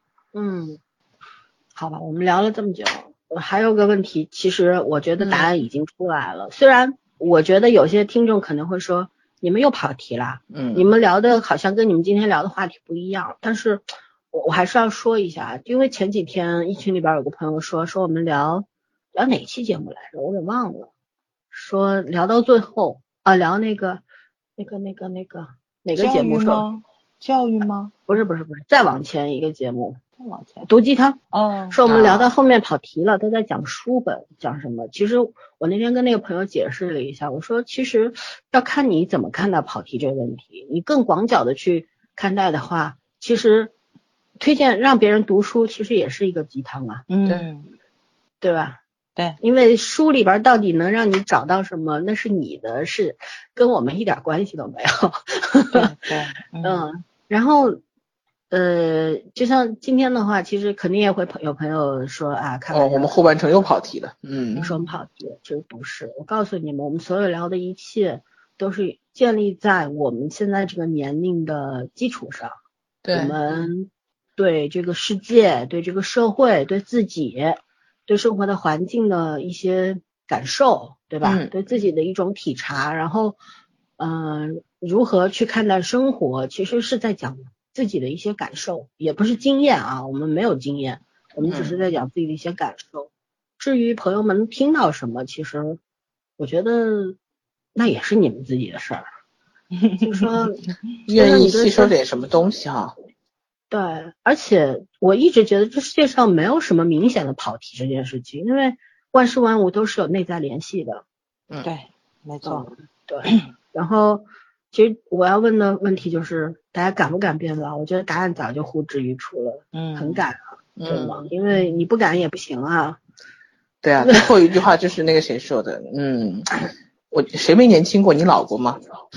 好吧，我们聊了这么久，还有个问题，其实我觉得答案已经出来了。虽然我觉得有些听众可能会说你们又跑题了，你们聊的好像跟你们今天聊的话题不一样，但是我还是要说一下，因为前几天一群里边有个朋友说我们聊哪期节目来着，我给忘了，说聊到最后聊那个哪个节目说教育吗？ 不是，再往前一个节目，毒鸡汤。说我们聊到后面跑题了，都在讲书本，讲什么？其实我那天跟那个朋友解释了一下，我说其实要看你怎么看待跑题这个问题。你更广角的去看待的话，其实推荐让别人读书，其实也是一个鸡汤啊。对吧？ 对， 因为书里边到底能让你找到什么，那是你的事，跟我们一点关系都没有。 对， 然后就像今天的话，其实肯定也会有朋友说看我们后半程又跑题了。 你说我们跑题了，其实不是。我告诉你们，我们所有聊的一切都是建立在我们现在这个年龄的基础上。 对， 我们对这个世界、对这个社会、对自己、对生活的环境的一些感受，对吧？对自己的一种体察，然后如何去看待生活，其实是在讲自己的一些感受，也不是经验啊，我们没有经验，我们只是在讲自己的一些感受。至于朋友们听到什么，其实我觉得那也是你们自己的事儿。就说愿意吸收点什么东西哈。 对，而且我一直觉得这世界上没有什么明显的跑题这件事情，因为万事万物都是有内在联系的。 对，没错。 对，然后其实我要问的问题就是大家敢不敢变老？我觉得答案早就呼之欲出了。很敢啊，对吗？因为你不敢也不行啊。 对啊，最后一句话就是那个谁说的，谁没年轻过？你老过吗？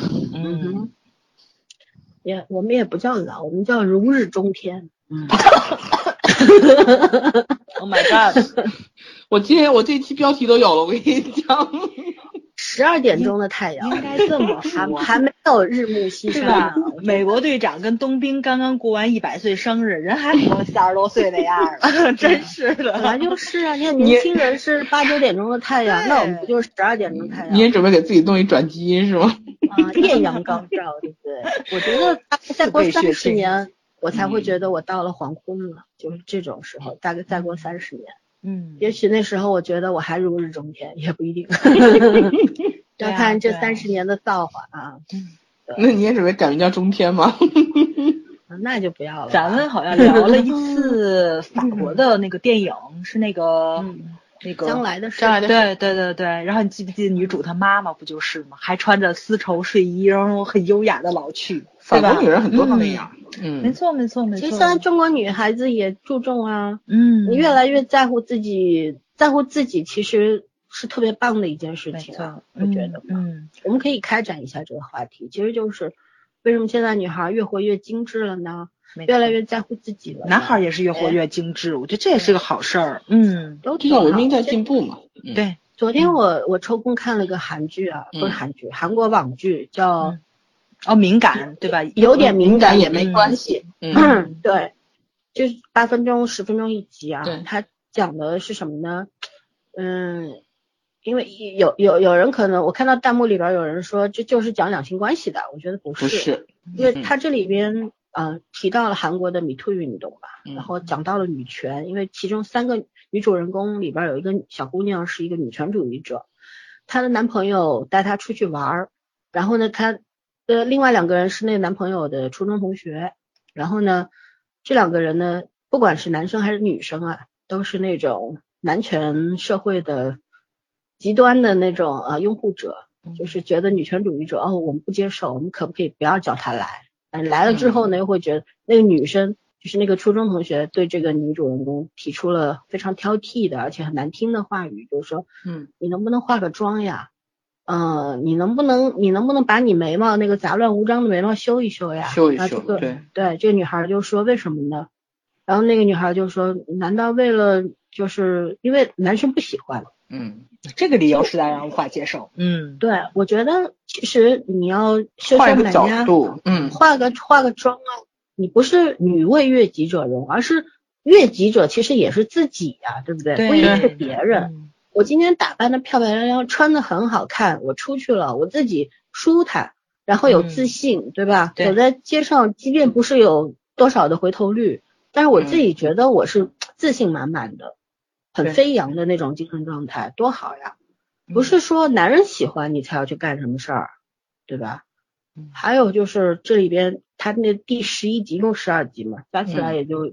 我们也不叫老，我们叫如日中天。 Oh my god！ 我这一期标题都有了，我跟你讲。 12点钟的太阳， 应该这么说， 还没有日暮西山呢。 美国队长跟冬兵刚刚过完100岁生日，人还活40多岁那样了，真是的。 本来就是啊，你看年轻人是8、9点钟的太阳，那我们不就是12点钟的太阳？ 你也准备给自己弄一转基因是吗？ 啊，艳阳高照，对不对？我觉得再过30年，我才会觉得我到了黄昏了，就是这种时候，大概再过30年。也许那时候我觉得我还如日中天，也不一定。要看这30年的造化啊。 那你也准备改名叫中天吗？ 那就不要了。 咱们好像聊了一次法国的那个电影，是那个将来的事。 对。然后你记不记得女主她妈妈不就是吗？还穿着丝绸睡衣，然后很优雅的老去。 法国女人很多都那样。 没错。 其实现在中国女孩子也注重啊。你越来越在乎自己，其实是特别棒的一件事情啊，我觉得。我们可以开展一下这个话题，其实就是为什么现在女孩越活越精致了呢？越来越在乎自己了。 男孩也是越活越精致，我觉得这也是个好事儿。 都挺好。 文明在进步嘛。 对。 昨天我抽空看了个韩剧啊，不是韩剧，韩国网剧叫敏感，对吧？ 有点敏感也没关系。 对， 就是8分钟、10分钟一集啊。它讲的是什么呢？因为有人可能我看到弹幕里边有人说这就是讲两性关系的，我觉得不是，因为它这里边提到了韩国的MeToo运动吧，然后讲到了女权，因为其中3个女主人公里边有一个小姑娘是一个女权主义者，她的男朋友带她出去玩，然后呢她的另外2个人是那个男朋友的初中同学，然后呢这2个人呢不管是男生还是女生啊，都是那种男权社会的极端的那种拥护者，就是觉得女权主义者我们不接受，我们可不可以不要叫他来？来了之后呢，又会觉得那个女生就是那个初中同学对这个女主人公提出了非常挑剔的而且很难听的话语，就是说你能不能化个妆呀？你能不能把你眉毛那个杂乱无章的眉毛修一修呀？ 修一修。 对，这个女孩就说为什么呢？然后那个女孩就说难道为了就是因为男生不喜欢？ 这个理由实在让人无法接受。 对，我觉得其实你要修修美呀，化个妆啊，你不是女为悦己者容，而是悦己者其实也是自己呀，对不对？不一定是别人。我今天打扮的漂漂亮亮，穿的很好看，我出去了，我自己舒坦，然后有自信，对吧？走在街上，即便不是有多少的回头率，但是我自己觉得我是自信满满的。很飞扬的那种精神状态，多好呀！不是说男人喜欢你才要去干什么事儿，对吧？还有就是这里边他那第11集，一共12集嘛，加起来也就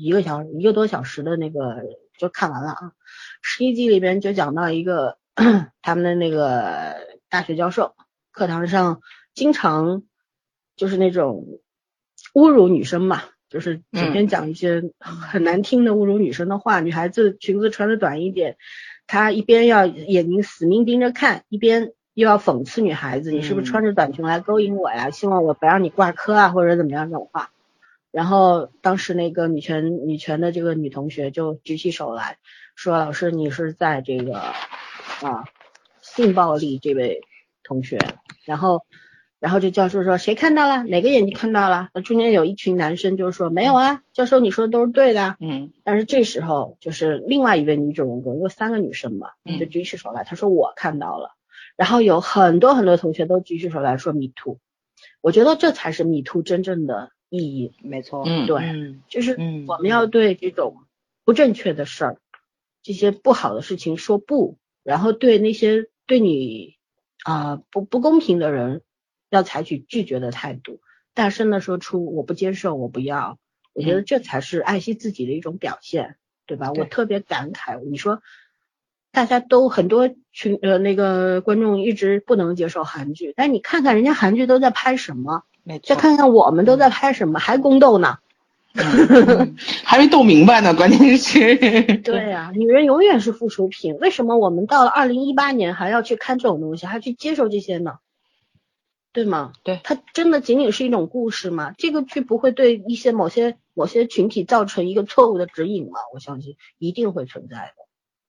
1个多小时的那个就看完了啊。11集里边就讲到一个他们的那个大学教授，课堂上经常就是那种侮辱女生嘛。就是整天讲一些很难听的侮辱女生的话，女孩子裙子穿的短一点，她一边要眼睛死命盯着看，一边又要讽刺女孩子，你是不是穿着短裙来勾引我呀？希望我不让你挂科啊，或者怎么样这种话。然后当时那个女权的这个女同学就举起手来说，老师你是在这个性暴力这位同学，然后这教授说谁看到了？哪个眼睛看到了？那中间有一群男生就是说没有啊，教授你说的都是对的。但是这时候就是另外一位女主人公，因为3个女生嘛，就举起手来，她说我看到了。然后有很多同学都举起手来说 Me Too。我觉得这才是 Me Too 真正的意义。 没错。 对，就是我们要对这种不正确的事儿，这些不好的事情说不，然后对那些对你不公平的人要采取拒绝的态度，大声的说出我不接受，我不要。我觉得这才是爱惜自己的一种表现，对吧？我特别感慨，你说大家都很多那个观众一直不能接受韩剧，但你看看人家韩剧都在拍什么，再看看我们都在拍什么，还宫斗呢。 还没斗明白呢，关键是。 对啊，女人永远是附属品，为什么我们到了2018年还要去看这种东西，还去接受这些呢？对吗？ 对， 它真的仅仅是一种故事吗？这个剧不会对一些某些群体造成一个错误的指引吗？我相信一定会存在的。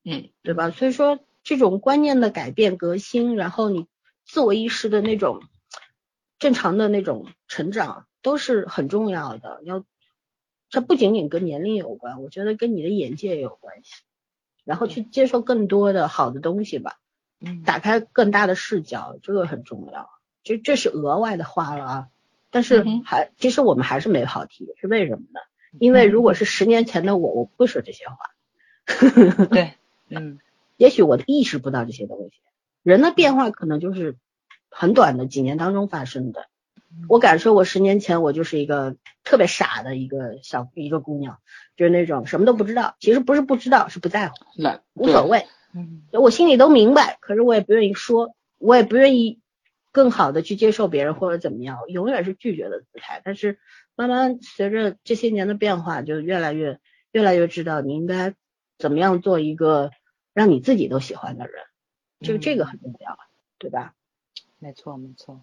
对吧？所以说这种观念的改变革新，然后你自我意识的那种正常的那种成长都是很重要的。它不仅仅跟年龄有关，我觉得跟你的眼界也有关系，然后去接受更多的好的东西吧，打开更大的视角，这个很重要。这是额外的话了啊，但是其实我们还是没跑题，是为什么呢？因为如果是10年前的我不会说这些话。 对， 也许我意识不到这些东西，人的变化可能就是很短的几年当中发生的。我敢说我10年前我就是一个特别傻的一个姑娘，就是那种什么都不知道，其实不是不知道，是不在乎，无所谓。我心里都明白，可是我也不愿意说，我也不愿意更好的去接受别人或者怎么样，永远是拒绝的姿态。但是慢慢随着这些年的变化，就越来越知道你应该怎么样做一个让你自己都喜欢的人，就这个很重要，对吧？ 没错。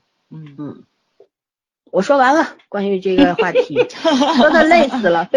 我说完了关于这个话题，说的累死了。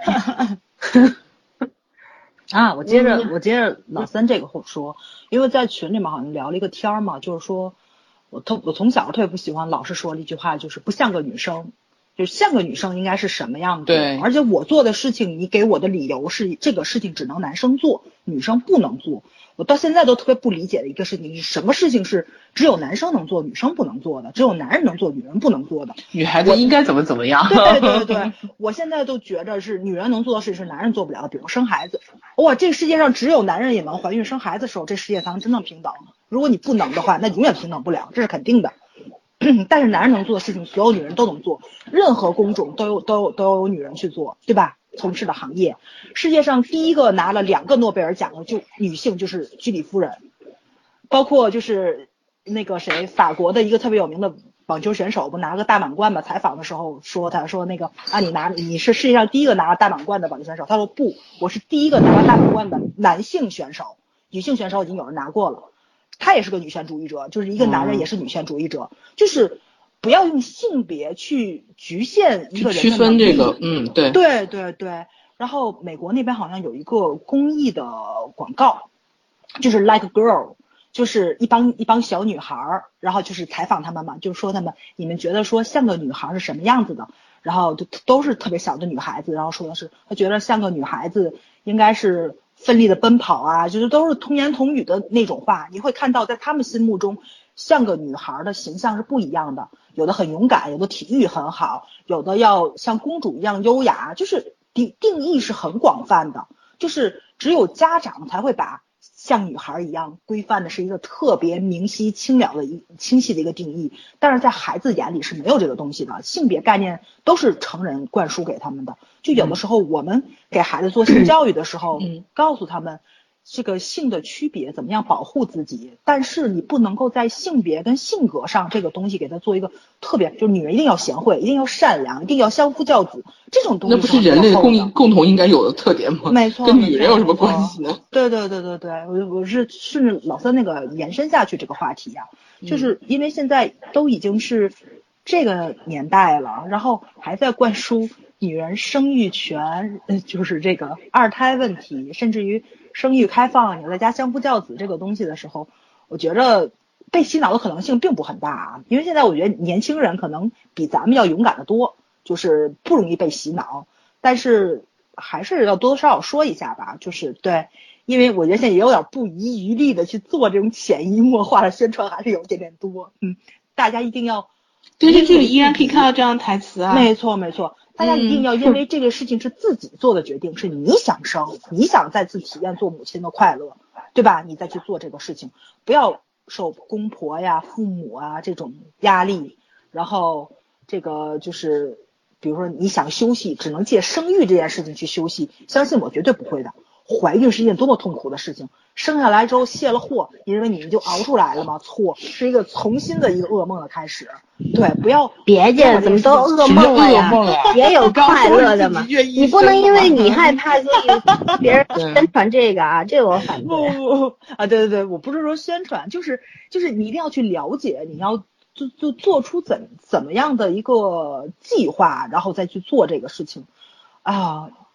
啊，我接着老三这个说，因为在群里面好像聊了一个天嘛，就是说我从小特别不喜欢老师说了一句话，就是不像个女生，就是像个女生应该是什么样子。 对， 而且我做的事情，你给我的理由是这个事情只能男生做，女生不能做。我到现在都特别不理解的一个事情是什么事情是只有男生能做，女生不能做的，只有男人能做，女人不能做的。 女孩子应该怎么样？ 对，我现在都觉得是女人能做的事是男人做不了的，比如生孩子。哇，这个世界上只有男人也能怀孕生孩子的时候，这世界才能真正平等。如果你不能的话，那永远平等不了，这是肯定的。但是男人能做的事情，所有女人都能做，任何工种都有女人去做，对吧？从事的行业，世界上第一个拿了2个诺贝尔奖的就女性，就是居里夫人，包括就是那个谁，法国的一个特别有名的网球选手，不拿个大满贯嘛？采访的时候说，他说那个啊，你是世界上第一个拿了大满贯的网球选手，他说不，我是第一个拿了大满贯的男性选手，女性选手已经有人拿过了。他也是个女权主义者，就是一个男人也是女权主义者，就是不要用性别去局限一个人的区分这个， 对。然后美国那边好像有一个公益的广告，就是 Like a Girl， 就是一帮小女孩，然后就是采访他们嘛，就说他们你们觉得说像个女孩是什么样子的？然后都是特别小的女孩子，然后说的是他觉得像个女孩子应该是奋力的奔跑啊，就是都是童言童语的那种话。你会看到在他们心目中像个女孩的形象是不一样的，有的很勇敢，有的体育很好，有的要像公主一样优雅，就是定义是很广泛的，就是只有家长才会把像女孩一样规范的是一个特别明晰清晰的一个定义，但是在孩子眼里是没有这个东西的，性别概念都是成人灌输给他们的。就有的时候我们给孩子做性教育的时候，告诉他们这个性的区别，怎么样保护自己，但是你不能够在性别跟性格上这个东西给他做一个特别，就是女人一定要贤惠，一定要善良，一定要相夫教子，这种东西那不是人类共同应该有的特点吗？ 没错， 跟女人有什么关系呢？ 对，我是顺着老三那个延伸下去这个话题呀，就是因为现在都已经是这个年代了，然后还在灌输女人生育权，就是这个2胎问题，甚至于生育开放，你在家相夫教子这个东西的时候，我觉得被洗脑的可能性并不很大啊。因为现在我觉得年轻人可能比咱们要勇敢得多，就是不容易被洗脑，但是还是要多多少少说一下吧，就是对，因为我觉得现在也有点不遗余力的去做这种潜移默化的宣传，还是有点多。大家一定要电视剧里依然可以看到这样的台词啊。 没错，大家一定要因为这个事情是自己做的决定，是你想生，你想再次体验做母亲的快乐，对吧？你再去做这个事情，不要受公婆呀、父母啊这种压力，然后这个就是比如说你想休息，只能借生育这件事情去休息，相信我绝对不会的。怀孕是一件多么痛苦的事情，生下来之后卸了货，你认为你们就熬出来了吗？错，是一个重新的一个噩梦的开始。对，不要别介，怎么都噩梦了呀？也有快乐的嘛。你不能因为你害怕，所以别人宣传这个啊，这个我反对。 不啊，对，我不是说宣传，就是你一定要去了解，你要就做出怎么样的一个计划，然后再去做这个事情啊。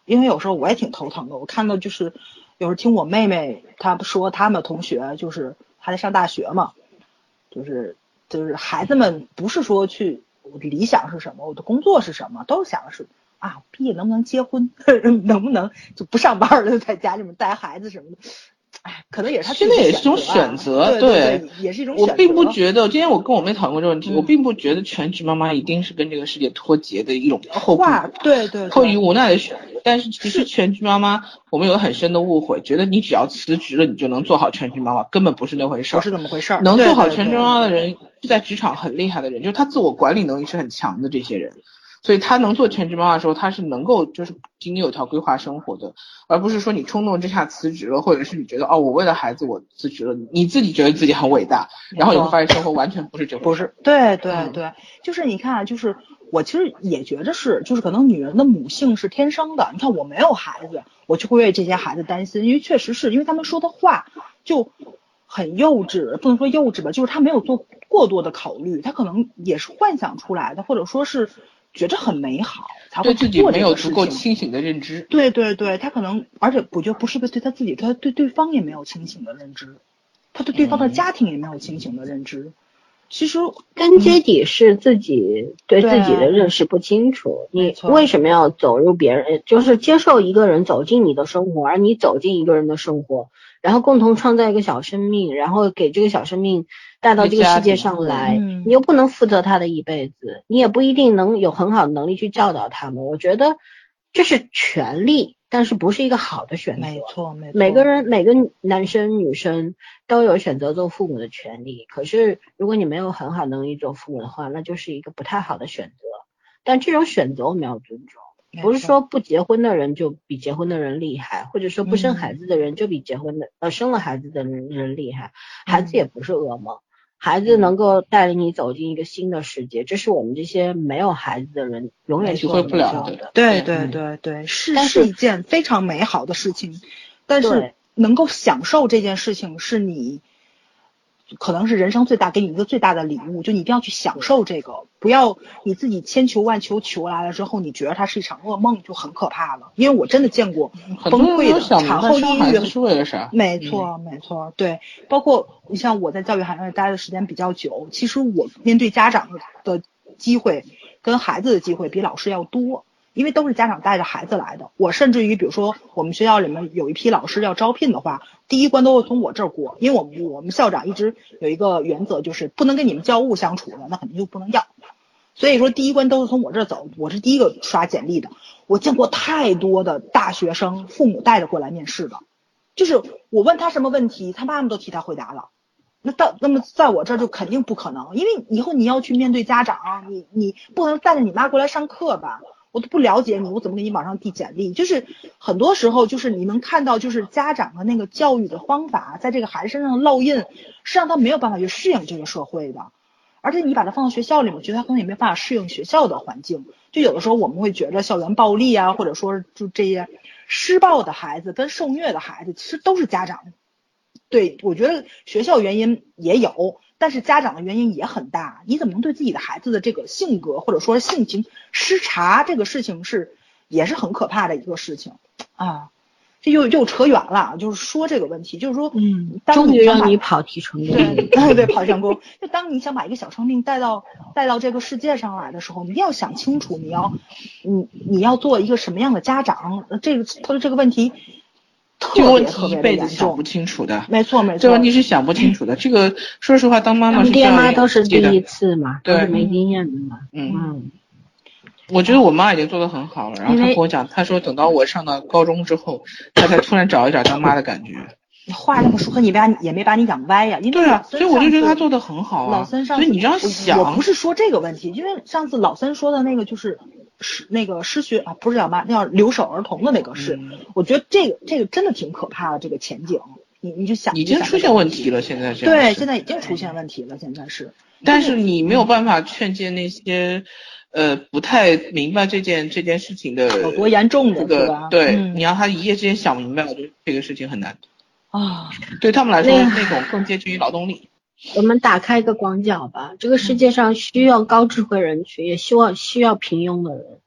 因为有时候我也挺头疼的。我看到就是有时候听我妹妹她说，他们同学就是还在上大学嘛，就是孩子们不是说去我的理想是什么，我的工作是什么，都想的是啊，毕业能不能结婚，能不能就不上班了，就在家里面带孩子什么的。哎，可能也是他现在也是一种选择， 对，也是一种选择。 我并不觉得，今天我跟我妹讨论过这个问题，我并不觉得全职妈妈一定是跟这个世界脱节的一种迫于无奈的选择。但是其实全职妈妈，我们有很深的误会，觉得你只要辞职了，你就能做好全职妈妈，根本不是那回事儿。 不是那么回事儿。 能做好全职妈妈的人，是在职场很厉害的人，就是他自我管理能力是很强的这些人。所以他能做全职妈妈的时候，他是能够就是井井有条规划生活的，而不是说你冲动之下辞职了，或者是你觉得我为了孩子我辞职了，你自己觉得自己很伟大，然后你会发现生活完全不是这回事。 对，就是你看，就是我其实也觉得是，就是可能女人的母性是天生的。你看我没有孩子，我就会为这些孩子担心，因为确实是因为他们说的话就很幼稚，不能说幼稚吧，就是他没有做过多的考虑，他可能也是幻想出来的，或者说是觉着很美好才会对自己没有足够清醒的认知。 对，他可能，而且我觉得不是对他自己，他对对方也没有清醒的认知，他对对方的家庭也没有清醒的认知。其实根结底是自己对自己的认识不清楚，你为什么要走入别人，就是接受一个人走进你的生活，而你走进一个人的生活，然后共同创造一个小生命，然后给这个小生命带到这个世界上来，你又不能负责他的一辈子，你也不一定能有很好的能力去教导他们。我觉得这是权利，但是不是一个好的选择。 没错， 每个人每个男生女生都有选择做父母的权利，可是如果你没有很好能力做父母的话，那就是一个不太好的选择。但这种选择我们要尊重，不是说不结婚的人就比结婚的人厉害，或者说不生孩子的人就比生了孩子的人厉害。孩子也不是噩梦，孩子能够带领你走进一个新的世界，这是我们这些没有孩子的人永远体会不了的。 对，是一件非常美好的事情，但是能够享受这件事情是你可能是人生给你一个最大的礼物，就你一定要去享受这个，不要你自己千求万求求来了之后，你觉得它是一场噩梦，就很可怕了。因为我真的见过崩溃的产后抑郁是为了啥？ 没错，对，包括你像我在教育行业待的时间比较久，其实我面对家长的机会跟孩子的机会比老师要多。因为都是家长带着孩子来的，我甚至于比如说我们学校里面有一批老师要招聘的话，第一关都会从我这儿过，因为我们校长一直有一个原则，就是不能跟你们教务相处的，那肯定就不能要。所以说第一关都是从我这儿走，我是第一个刷简历的。我见过太多的大学生父母带着过来面试的，就是我问他什么问题，他妈妈都替他回答了。那么在我这儿就肯定不可能，因为以后你要去面对家长，你不能带着你妈过来上课吧？我都不了解你，我怎么给你往上递简历？就是很多时候就是你能看到，就是家长的那个教育的方法在这个孩子身上烙印，是让他没有办法去适应这个社会的。而且你把他放到学校里面，我觉得他可能也没办法适应学校的环境。就有的时候我们会觉得校园暴力啊，或者说就这些施暴的孩子跟受虐的孩子，其实都是家长。对，我觉得学校原因也有，但是家长的原因也很大。你怎么能对自己的孩子的这个性格或者说性情失察，这个事情也是很可怕的一个事情啊。这又扯远了，就是说这个问题，就是说， 终于让你跑题成功。 对，跑题成功。就当你想把一个小生命带到这个世界上来的时候，你一定要想清楚，你要做一个什么样的家长。他的这个问题。 这个问题一辈子想不清楚的， 没错。 这个问题是想不清楚的。这个说实话，当妈妈是爹妈都是第一次嘛， 对， 都是没经验的嘛。 我觉得我妈已经做得很好了。然后她跟我讲，她说等到我上到高中之后，她才突然找一点当妈的感觉。 话这么说，也没把你养歪呀。因为对啊，所以我就觉得她做得很好啊。 老森上， 所以你这样想， 我不是说这个问题，因为上次老森说的那个就是那个失学啊，不是叫妈，那叫留守儿童的那个事。我觉得这个真的挺可怕的，这个前景。你就想， 已经出现问题了，现在这样。 对，现在已经出现问题了，现在是。 但是你没有办法劝诫那些不太明白这件事情的有多严重的， 这个对，你让他一夜之间想明白，我觉得这个事情很难啊。 对他们来说，那种更接近于劳动力。 我们打开一个广角吧，这个世界上需要高智慧人群，也需要平庸的人。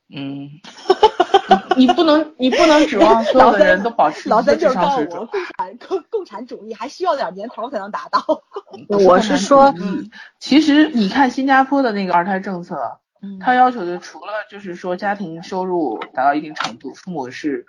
你不能指望所有的人都保持老三就是告我共产主义还需要点年头才能达到。 我是说， 其实你看新加坡的那个二胎政策，他要求的除了就是说家庭收入达到一定程度，父母是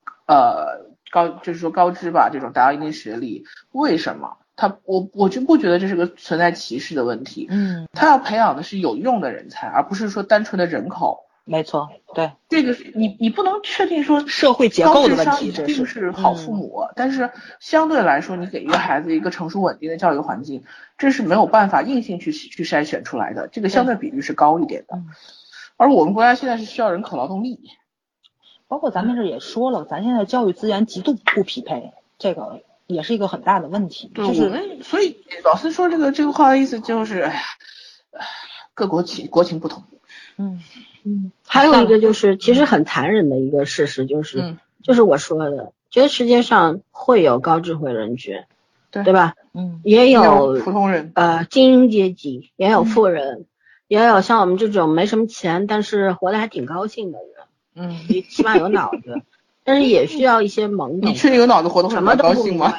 高知吧，这种达到一定学历，为什么我就不觉得这是个存在歧视的问题。他要培养的是有用的人才，而不是说单纯的人口。 没错，对， 这个你不能确定说社会结构的问题， 这是一定是好父母，但是相对来说，你给一个孩子一个成熟稳定的教育环境，这是没有办法硬性去筛选出来的，这个相对比率是高一点的。而我们国家现在是需要人口劳动力， 包括咱们这也说了，咱现在教育资源极度不匹配，这个也是一个很大的问题。 对，就是所以老师说这个话的意思就是，哎呀，各国情不同。 还有一个就是，其实很残忍的一个事实就是，就是我说的，这个世界上会有高智慧人群，对吧？也有普通人， 精英阶级，也有富人，也有像我们这种没什么钱，但是活得还挺高兴的人，起码有脑子，但是也需要一些懵懂。 你确定有脑子活得会很高兴吗？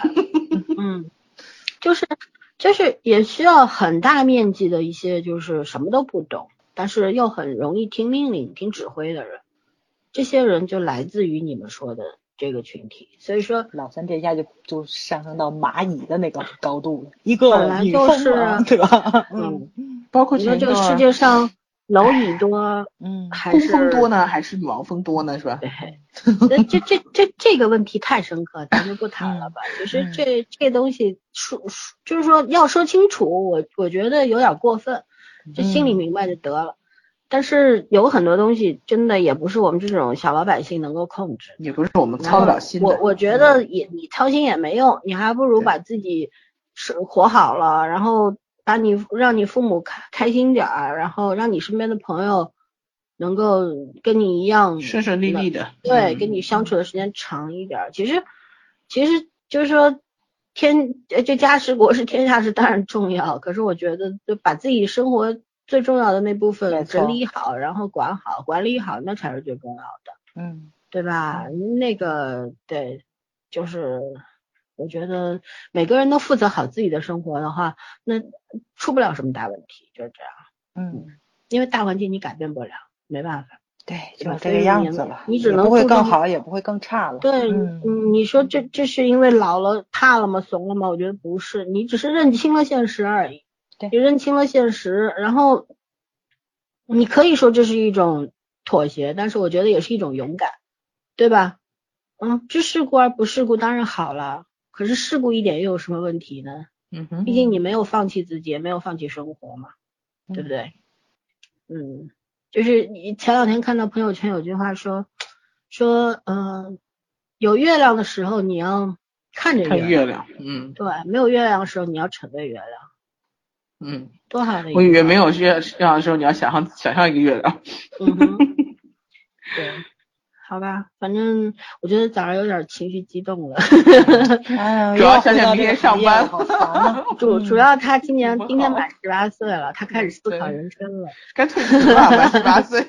就是也需要很大面积的一些就是什么都不懂，但是又很容易听命令、听指挥的人，这些人就来自于你们说的这个群体。所以说， 老三这一下就上升到蚂蚁的那个高度了，一个本来就是， 对吧？ 包括你说这个世界上蝼蚁多，还是工蜂多呢，还是女王蜂多呢？是吧？ 对，这个问题太深刻，咱就不谈了吧。其实这东西就是说要说清楚，我觉得有点过分。就心里明白就得了，但是有很多东西真的也不是我们这种小老百姓能够控制， 也不是我们操得了心的。 我觉得你操心也没用，你还不如把自己活好了，然后让你父母开心点儿，然后让你身边的朋友能够跟你一样顺顺利利的， 对，跟你相处的时间长一点。其实就是说这家事国事天下事当然重要，可是我觉得就把自己生活最重要的那部分整理好，然后管理好，那才是最重要的。对吧？那个对，就是我觉得每个人都负责好自己的生活的话，那出不了什么大问题，就是这样。因为大环境你改变不了，没办法。 对，就是这个样子了。 你只能不会更好，也不会更差了。 对，你说这是因为老了、怕了吗？怂了吗？我觉得不是，你只是认清了现实而已。 对， 你认清了现实，然后你可以说这是一种妥协，但是我觉得也是一种勇敢，对吧？知世故而不世故当然好了，可是世故一点又有什么问题呢？毕竟你没有放弃自己，也没有放弃生活嘛，对不对？就是你前两天看到朋友圈有句话说有月亮的时候你要看着月亮，对，没有月亮的时候你要乘着月亮，多好的一个。 我以为没有月亮的时候你要想象一个月亮。 对，好吧，反正我觉得早上有点情绪激动了。 主要想想明天上班。 主要他今天满18岁了，他开始思考人生了。 该退休了，满18岁。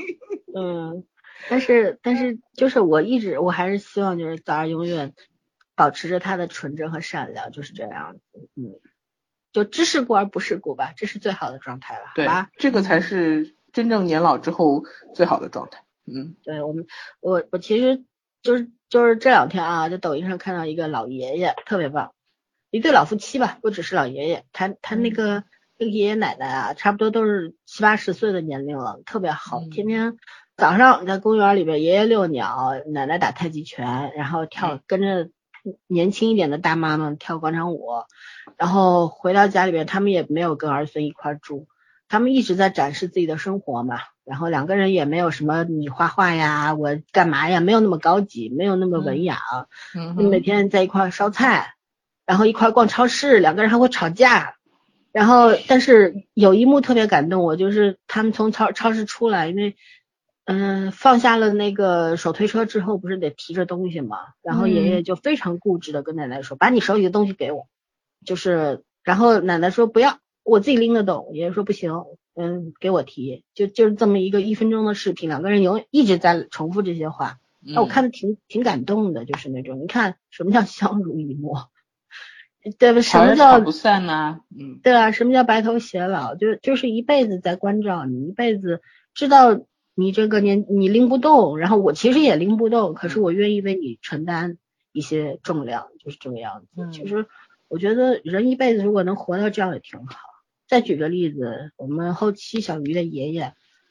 但是就是我还是希望就是早上永远保持着他的纯真和善良，就是这样子。就知世故而不世故吧，这是最好的状态了，好吧？ 这个才是真正年老之后最好的状态。 对，我其实就是这两天啊，在抖音上看到一个老爷爷特别棒，一对老夫妻吧，不只是老爷爷，他那个爷爷奶奶啊，差不多都是70、80岁的年龄了，特别好，天天早上在公园里边爷爷遛鸟，奶奶打太极拳，然后跟着年轻一点的大妈们跳广场舞，然后回到家里边他们也没有跟儿孙一块住，他们一直在展示自己的生活嘛，然后两个人也没有什么你画画呀我干嘛呀，没有那么高级，没有那么文雅，每天在一块烧菜，然后一块逛超市，两个人还会吵架，然后但是有一幕特别感动我，就是他们从超市出来，因为放下了那个手推车之后不是得提着东西嘛，然后爷爷就非常固执的跟奶奶说，把你手里的东西给我，就是然后奶奶说不要，我自己拎得动，爷爷说不行， 给我提，就是这么一个1分钟的视频，两个人一直在重复这些话，那我看的挺感动的，就是那种你看什么叫相濡以沫，对吧？什么叫不散呢？ 对啊，什么叫白头偕老？就是一辈子在关照你，一辈子知道你这个你拎不动，然后我其实也拎不动，可是我愿意为你承担一些重量，就是这个样子。其实我觉得人一辈子如果能活到这样也挺好。再举个例子，我们后期小鱼的爷爷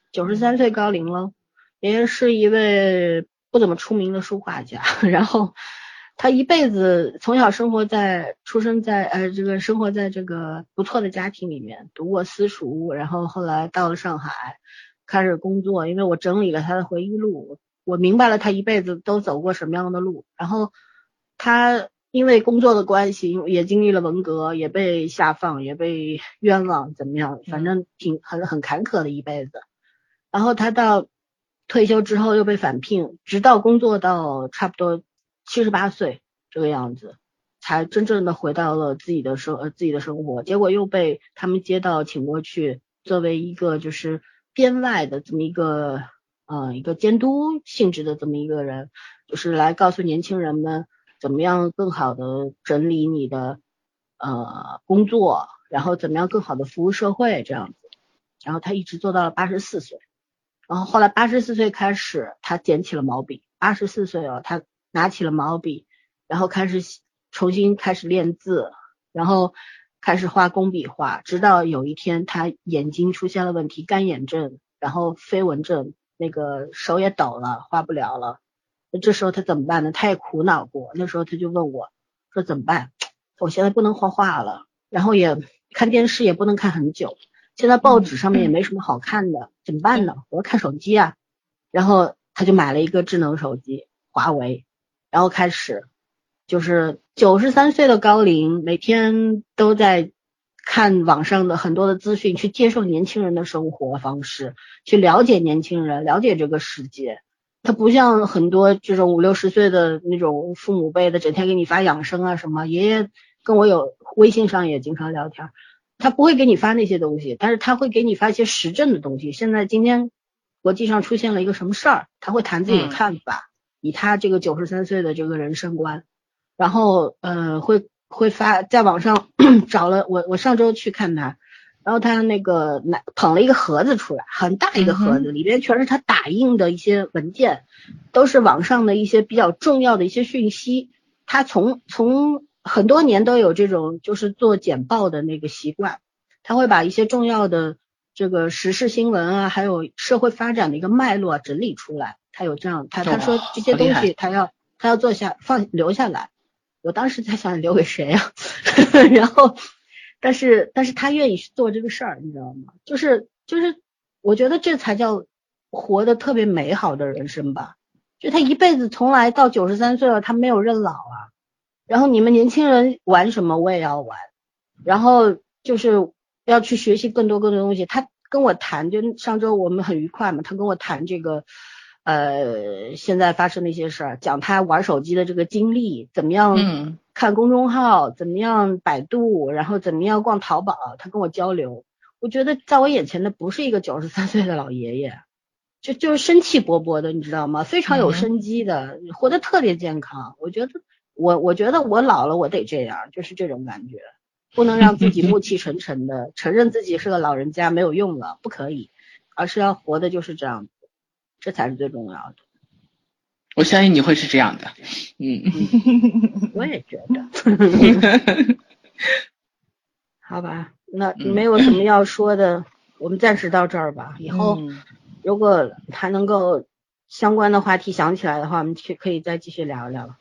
93岁高龄了，爷爷是一位不怎么出名的书画家，然后他一辈子从小生活在这个不错的家庭里面，读过私塾，然后后来到了上海开始工作，因为我整理了他的回忆录，我明白了他一辈子都走过什么样的路，然后他因为工作的关系也经历了文革，也被下放，也被冤枉，怎么样，反正很坎坷的一辈子。然后他到退休之后又被返聘，直到工作到差不多78岁这个样子，才真正的回到了自己的生活，结果又被他们街道请过去，作为一个就是编外的这么一个监督性质的这么一个人，就是来告诉年轻人们怎么样更好的整理你的工作，然后怎么样更好的服务社会这样子。然后他一直做到了84岁，然后后来84岁开始他捡起了毛笔，84岁他拿起了毛笔，然后重新开始练字，然后开始画工笔画，直到有一天他眼睛出现了问题，干眼症，然后飞蚊症，那个手也抖了，画不了了。这时候他怎么办呢？他也苦恼过，那时候他就问我说怎么办？我现在不能画画了，然后也看电视也不能看很久，现在报纸上面也没什么好看的，怎么办呢？我要看手机啊。然后他就买了一个智能手机华为，然后开始就是93岁的高龄，每天都在看网上的很多的资讯，去接受年轻人的生活方式，去了解年轻人，了解这个世界。他不像很多这种50、60岁的那种父母辈的，整天给你发养生啊什么。爷爷跟我有微信上也经常聊天，他不会给你发那些东西，但是他会给你发一些实证的东西。现在今天国际上出现了一个什么事儿，他会谈自己的看法，以他这个93岁的这个人生观，然后会发在网上找了我上周去看他，然后他那个捧了一个盒子出来，很大一个盒子，里边全是他打印的一些文件，都是网上的一些比较重要的一些讯息。他从很多年都有这种就是做简报的那个习惯，他会把一些重要的这个时事新闻啊，还有社会发展的一个脉络整理出来。他有这样，他说这些东西他要留下来。我当时在想留给谁啊？然后但是他愿意去做这个事儿，你知道吗？就是我觉得这才叫活得特别美好的人生吧。就他一辈子从来到93岁了，他没有认老啊。然后你们年轻人玩什么我也要玩，然后就是要去学习更多东西。他跟我谈，就上周我们很愉快嘛，他跟我谈这个现在发生的一些事儿，讲他玩手机的这个经历，怎么样看公众号，怎么样百度，然后怎么样逛淘宝，他跟我交流。我觉得在我眼前的不是一个93岁的老爷爷，就是生气勃勃的，你知道吗？非常有生机的，活得特别健康。我觉得我老了我得这样，就是这种感觉。不能让自己暮气沉沉的承认自己是个老人家没有用了，不可以，而是要活的就是这样子，这才是最重要的。 我相信你会是这样的。 我也觉得。好吧，那没有什么要说的，我们暂时到这儿吧。以后如果还能够相关的话题想起来的话，我们可以再继续聊一聊。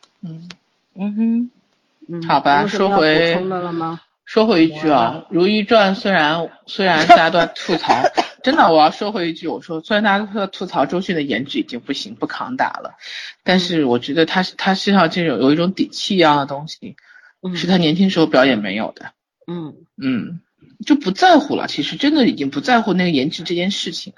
好吧，说回一句啊，《如懿传》虽然大家都在吐槽，真的我要说回一句，我说虽然大家都在吐槽周迅的颜值已经不行不抗打了，但是我觉得他身上这种有一种底气一样的东西，是他年轻时候表演没有的。就不在乎了，其实真的已经不在乎那个颜值这件事情。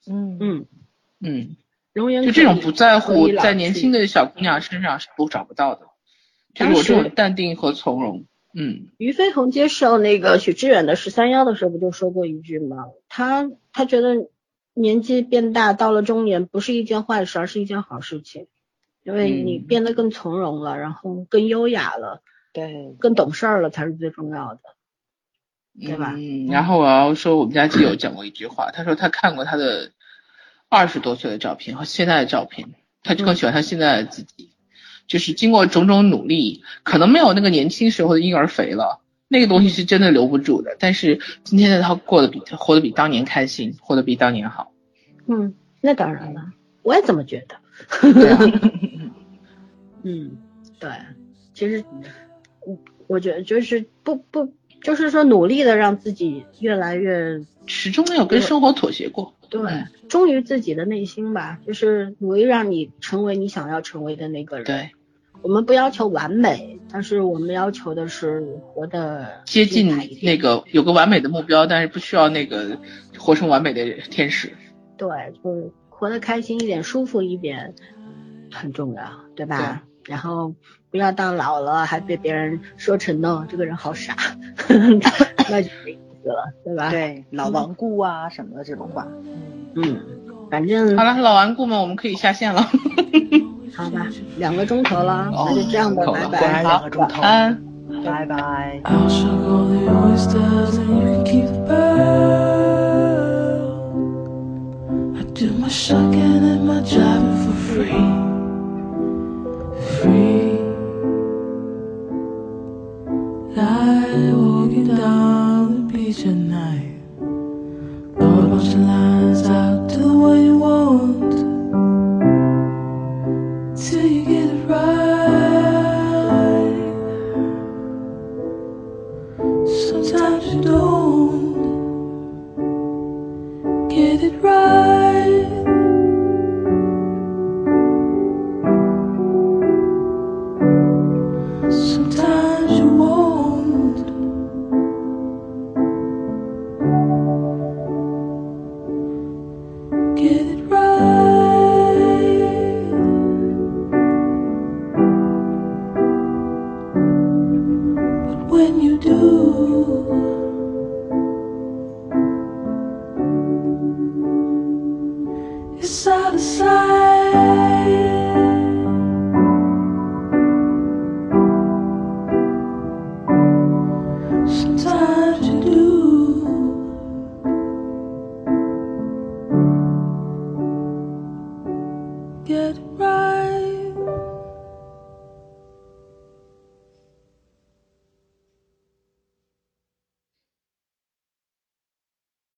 就这种不在乎在年轻的小姑娘身上是都找不到的，就是我这种淡定和从容。 俞飞鸿接受那个许知远的13邀的时候不就说过一句吗？他觉得年纪变大到了中年不是一件坏事，而是一件好事情，因为你变得更从容了，然后更优雅了， 对， 更懂事了才是最重要的，对吧？ 然后我要说我们家基友讲过一句话，他说他看过他的20多岁的照片和现在的照片，他就更喜欢他现在的自己，就是经过种种努力，可能没有那个年轻时候的婴儿肥了，那个东西是真的留不住的，但是今天的他活得比当年开心，活得比当年好。 那当然了，我也这么觉得。 对啊。 对，其实我觉得就是不就是说努力的让自己越来越始终没有跟生活妥协过。 对，忠于自己的内心吧，就是努力让你成为你想要成为的那个人。 对， 我们不要求完美，但是我们要求的是活得接近那个有个完美的目标，但是不需要那个活成完美的天使。 对，就是活得开心一点，舒服一点很重要，对吧？对，然后不要到老了还被别人说成呢这个人好傻，那就没意思了，对吧？ 对，老顽固啊什么的这种话。 反正好了，老顽固们我们可以下线了。 好吧，2个钟头了，那就这样的，拜拜。 果然2个钟头。拜拜。 I'll suck all the oysters and you can keep the pearl. I do my shucking and my jiving for free. Like walking down the beach at night. Throw a bunch of lines out to the one you want, till you get it right. Sometimes you don't get it right. Sometimes you won't. Get it right. But when you do, it's out of sight. Sometimes you do. Get right.